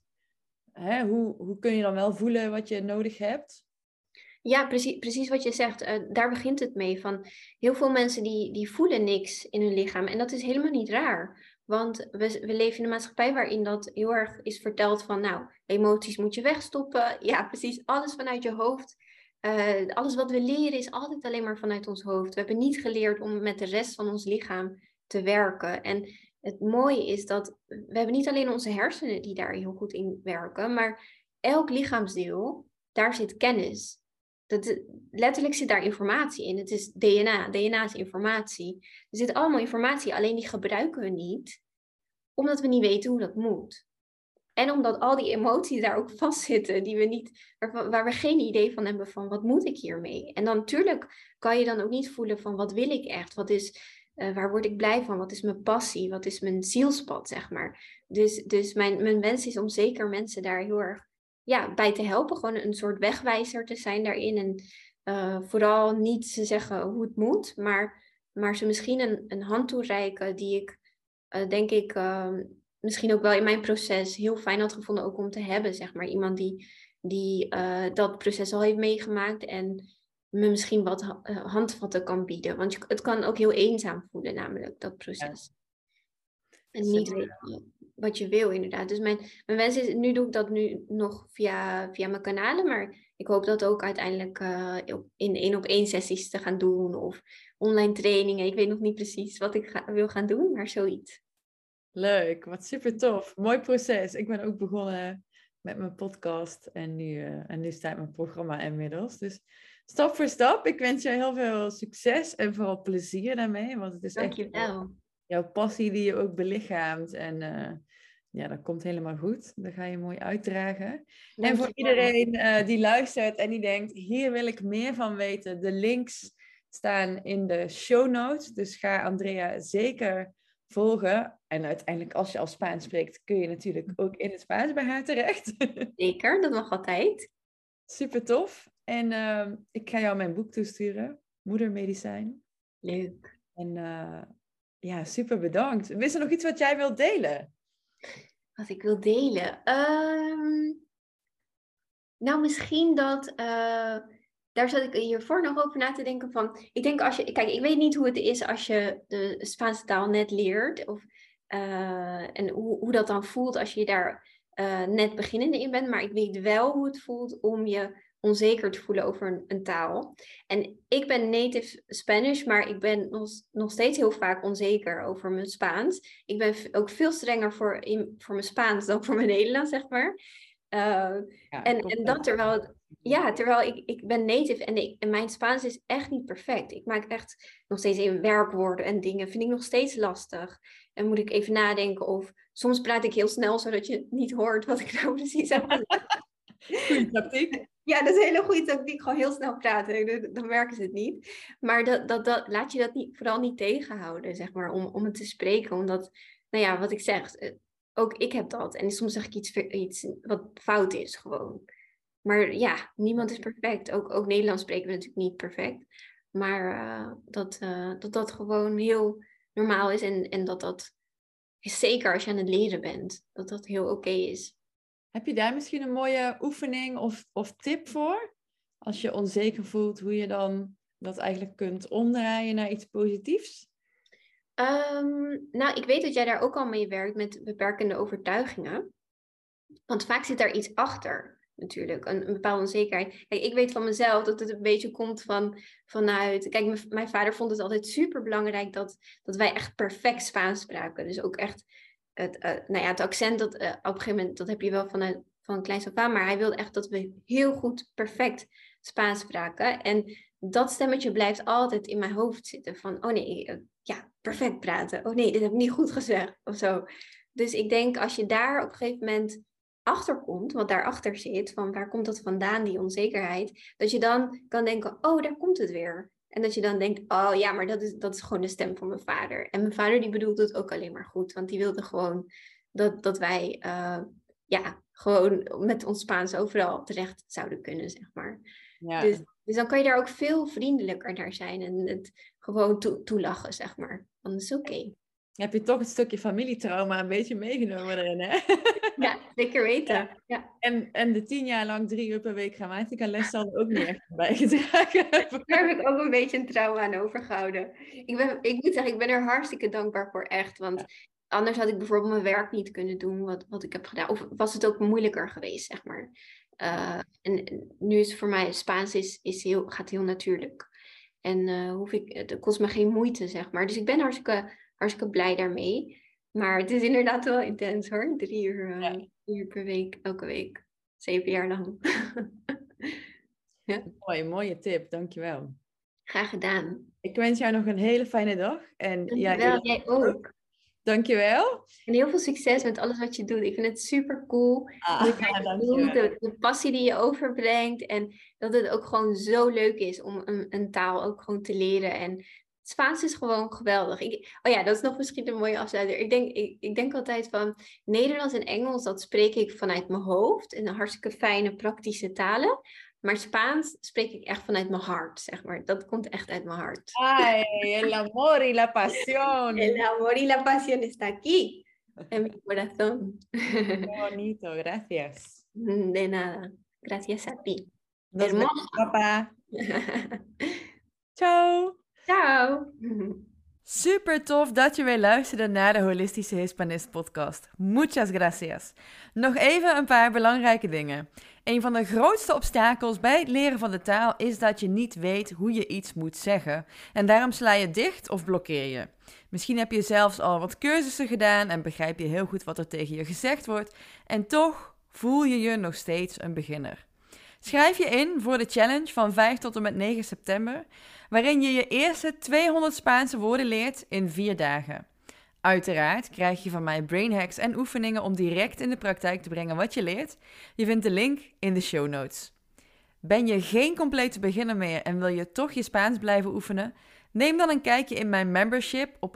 hoe kun je dan wel voelen wat je nodig hebt? Ja, precies wat je zegt. Daar begint het mee. Van heel veel mensen die voelen niks in hun lichaam. En dat is helemaal niet raar. Want we leven in een maatschappij waarin dat heel erg is verteld van... emoties moet je wegstoppen. Ja, precies. Alles vanuit je hoofd. Alles wat we leren is altijd alleen maar vanuit ons hoofd. We hebben niet geleerd om met de rest van ons lichaam te werken. En het mooie is dat we hebben niet alleen onze hersenen die daar heel goed in werken. Maar elk lichaamsdeel, daar zit kennis. Letterlijk zit daar informatie in. Het is DNA. DNA is informatie. Er zit allemaal informatie, alleen die gebruiken we niet. Omdat we niet weten hoe dat moet. En omdat al die emoties daar ook vastzitten, waar we geen idee van hebben van wat moet ik hiermee. En dan natuurlijk kan je dan ook niet voelen van wat wil ik echt? Waar word ik blij van? Wat is mijn passie? Wat is mijn zielspad, zeg maar. Dus mijn wens is om zeker mensen daar heel erg bij te helpen. Gewoon een soort wegwijzer te zijn daarin. En vooral niet ze zeggen hoe het moet, maar ze misschien een hand toereiken die ik, denk ik, misschien ook wel in mijn proces heel fijn had gevonden ook om te hebben. Zeg maar iemand die dat proces al heeft meegemaakt en me misschien wat handvatten kan bieden. Want het kan ook heel eenzaam voelen, namelijk dat proces. Ja. En niet weten wat je wil, inderdaad. Dus mijn wens is, nu doe ik dat nu nog via mijn kanalen, maar ik hoop dat ook uiteindelijk in 1-op-1 sessies te gaan doen of online trainingen. Ik weet nog niet precies wat ik wil gaan doen, maar zoiets. Leuk, wat super tof. Mooi proces. Ik ben ook begonnen met mijn podcast en nu staat mijn programma inmiddels. Dus stap voor stap. Ik wens je heel veel succes en vooral plezier daarmee, want het is echt jouw passie die je ook belichaamt. En dat komt helemaal goed. Dat ga je mooi uitdragen. En voor iedereen die luistert en die denkt, hier wil ik meer van weten. De links staan in de show notes. Dus ga Andrea zeker volgen. En uiteindelijk, als je al Spaans spreekt, kun je natuurlijk ook in het Spaans bij haar terecht. Zeker, dat mag altijd. Super tof. En ik ga jou mijn boek toesturen. Moedermedicijn. Leuk. En super bedankt. Is er nog iets wat jij wilt delen? Wat ik wil delen? Misschien dat... daar zat ik hiervoor nog over na te denken van... Ik denk ik weet niet hoe het is als je de Spaanse taal net leert. En hoe dat dan voelt als je daar net beginnende in bent. Maar ik weet wel hoe het voelt om je onzeker te voelen over een taal. En ik ben native Spanish, maar ik ben nog steeds heel vaak onzeker over mijn Spaans. Ik ben ook veel strenger voor mijn Spaans dan voor mijn Nederlands, zeg maar. En dat terwijl ik ben native en mijn Spaans is echt niet perfect. Ik maak echt nog steeds in werkwoorden en dingen, vind ik nog steeds lastig. En moet ik even nadenken of soms praat ik heel snel zodat je niet hoort wat ik nou precies heb gezegd. Goeie tactiek. Ja, dat is een hele goede tactiek, gewoon heel snel praten, dan werken ze het niet. Maar laat je dat vooral niet tegenhouden, zeg maar, om het te spreken. Omdat, wat ik zeg, ook ik heb dat. En soms zeg ik iets wat fout is gewoon. Maar ja, niemand is perfect. Ook Nederlands spreken we natuurlijk niet perfect. Maar dat gewoon heel normaal is. En dat is zeker als je aan het leren bent. Dat heel oké is. Heb je daar misschien een mooie oefening of tip voor? Als je onzeker voelt, hoe je dan dat eigenlijk kunt omdraaien naar iets positiefs? Nou, ik weet dat jij daar ook al mee werkt met beperkende overtuigingen. Want vaak zit daar iets achter, natuurlijk. Een bepaalde onzekerheid. Kijk, ik weet van mezelf dat het een beetje komt vanuit... Kijk, mijn vader vond het altijd super belangrijk dat wij echt perfect Spaans spraken. Dus ook echt het accent, dat, op een gegeven moment, dat heb je wel van kleins af aan. Maar hij wilde echt dat we heel goed, perfect Spaans spraken. En dat stemmetje blijft altijd in mijn hoofd zitten. Van, oh nee, perfect praten. Oh nee, dit heb ik niet goed gezegd. Of zo. Dus ik denk, als je daar op een gegeven moment achterkomt, wat daarachter zit, van waar komt dat vandaan, die onzekerheid, dat je dan kan denken, oh, daar komt het weer. En dat je dan denkt, oh ja, maar dat is gewoon de stem van mijn vader. En mijn vader die bedoelt het ook alleen maar goed, want die wilde gewoon dat wij gewoon met ons Spaans overal terecht zouden kunnen, zeg maar. Ja. Dus dan kan je daar ook veel vriendelijker naar zijn en het gewoon toelachen, zeg maar. Dan is het oké. Heb je toch een stukje familietrauma een beetje meegenomen erin, hè? Ja, zeker weten. Ja. En de 10 jaar lang 3 uur per week grammatica les zal er ook niet echt bijgedragen hebben. Daar heb ik ook een beetje een trauma aan overgehouden. Ik moet zeggen, ik ben er hartstikke dankbaar voor, echt. Want anders had ik bijvoorbeeld mijn werk niet kunnen doen wat ik heb gedaan. Of was het ook moeilijker geweest, zeg maar. En nu is voor mij Spaans gaat heel natuurlijk. En het kost me geen moeite, zeg maar. Dus ik ben hartstikke blij daarmee. Maar het is inderdaad wel intens hoor. 3 uur per week, elke week. 7 jaar lang. Ja. Mooie tip, dankjewel. Graag gedaan. Ik wens jou nog een hele fijne dag. En dankjewel, jij ook. Dankjewel. En heel veel succes met alles wat je doet. Ik vind het super cool. De passie die je overbrengt. En dat het ook gewoon zo leuk is om een taal ook gewoon te leren. En Spaans is gewoon geweldig. Dat is nog misschien een mooie afsluiter. Ik denk altijd van Nederlands en Engels, dat spreek ik vanuit mijn hoofd. En hartstikke fijne, praktische talen. Maar Spaans spreek ik echt vanuit mijn hart, zeg maar. Dat komt echt uit mijn hart. Ay, el amor y la pasión. El amor y la pasión está aquí, en mi corazón. Qué bonito, gracias. De nada, gracias a ti. Hermosa. Papa. Ciao. Ciao. Super tof dat je weer luisterde naar de Holistische Hispanist podcast. Muchas gracias. Nog even een paar belangrijke dingen. Een van de grootste obstakels bij het leren van de taal is dat je niet weet hoe je iets moet zeggen. En daarom sla je dicht of blokkeer je. Misschien heb je zelfs al wat cursussen gedaan en begrijp je heel goed wat er tegen je gezegd wordt. En toch voel je je nog steeds een beginner. Schrijf je in voor de challenge van 5 tot en met 9 september, waarin je je eerste 200 Spaanse woorden leert in 4 dagen. Uiteraard krijg je van mij brainhacks en oefeningen om direct in de praktijk te brengen wat je leert. Je vindt de link in de show notes. Ben je geen complete beginner meer en wil je toch je Spaans blijven oefenen? Neem dan een kijkje in mijn membership op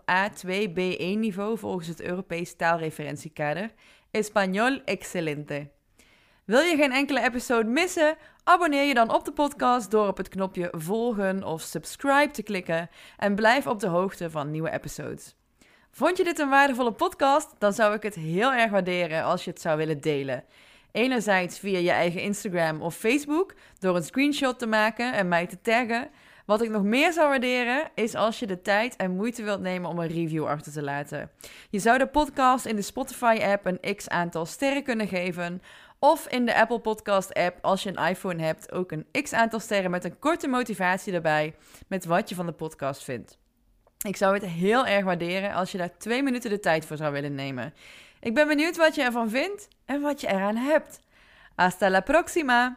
A2-B1 niveau volgens het Europees taalreferentiekader. Español Excelente. Wil je geen enkele episode missen? Abonneer je dan op de podcast door op het knopje volgen of subscribe te klikken en blijf op de hoogte van nieuwe episodes. Vond je dit een waardevolle podcast? Dan zou ik het heel erg waarderen als je het zou willen delen. Enerzijds via je eigen Instagram of Facebook door een screenshot te maken en mij te taggen. Wat ik nog meer zou waarderen is als je de tijd en moeite wilt nemen om een review achter te laten. Je zou de podcast in de Spotify-app een x-aantal sterren kunnen geven. Of in de Apple Podcast-app, als je een iPhone hebt, ook een x-aantal sterren met een korte motivatie erbij met wat je van de podcast vindt. Ik zou het heel erg waarderen als je daar 2 minuten de tijd voor zou willen nemen. Ik ben benieuwd wat je ervan vindt en wat je eraan hebt. Hasta la próxima!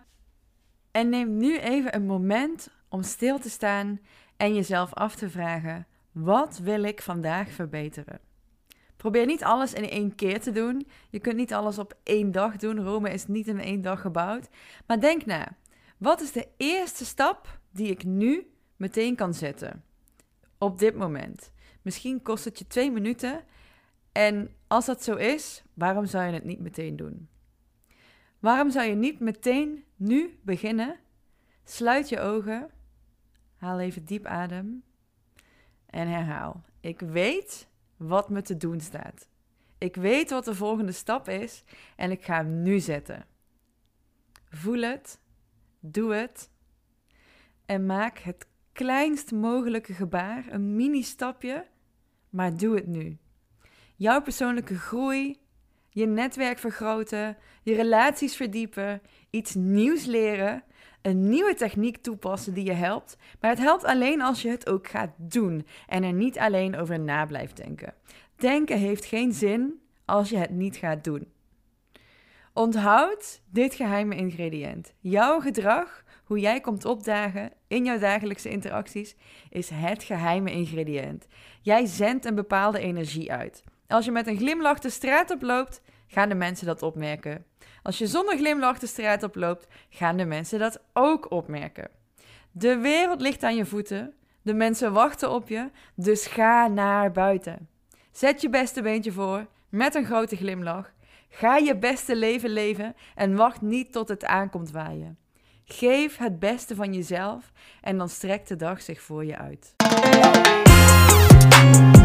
En neem nu even een moment om stil te staan en jezelf af te vragen: wat wil ik vandaag verbeteren? Probeer niet alles in 1 keer te doen. Je kunt niet alles op 1 dag doen. Rome is niet in 1 dag gebouwd. Maar denk na. Wat is de eerste stap die ik nu meteen kan zetten? Op dit moment. Misschien kost het je 2 minuten. En als dat zo is, waarom zou je het niet meteen doen? Waarom zou je niet meteen nu beginnen? Sluit je ogen, haal even diep adem en herhaal. Ik weet wat me te doen staat. Ik weet wat de volgende stap is en ik ga hem nu zetten. Voel het, doe het en maak het kleinst mogelijke gebaar, een mini-stapje, maar doe het nu. Jouw persoonlijke groei, je netwerk vergroten, je relaties verdiepen, iets nieuws leren, een nieuwe techniek toepassen die je helpt. Maar het helpt alleen als je het ook gaat doen en er niet alleen over na blijft denken. Denken heeft geen zin als je het niet gaat doen. Onthoud dit geheime ingrediënt. Jouw gedrag, hoe jij komt opdagen in jouw dagelijkse interacties, is het geheime ingrediënt. Jij zendt een bepaalde energie uit. Als je met een glimlach de straat oploopt, gaan de mensen dat opmerken. Als je zonder glimlach de straat oploopt, gaan de mensen dat ook opmerken. De wereld ligt aan je voeten, de mensen wachten op je, dus ga naar buiten. Zet je beste beentje voor, met een grote glimlach. Ga je beste leven leven en wacht niet tot het aankomt waaien. Geef het beste van jezelf en dan strekt de dag zich voor je uit.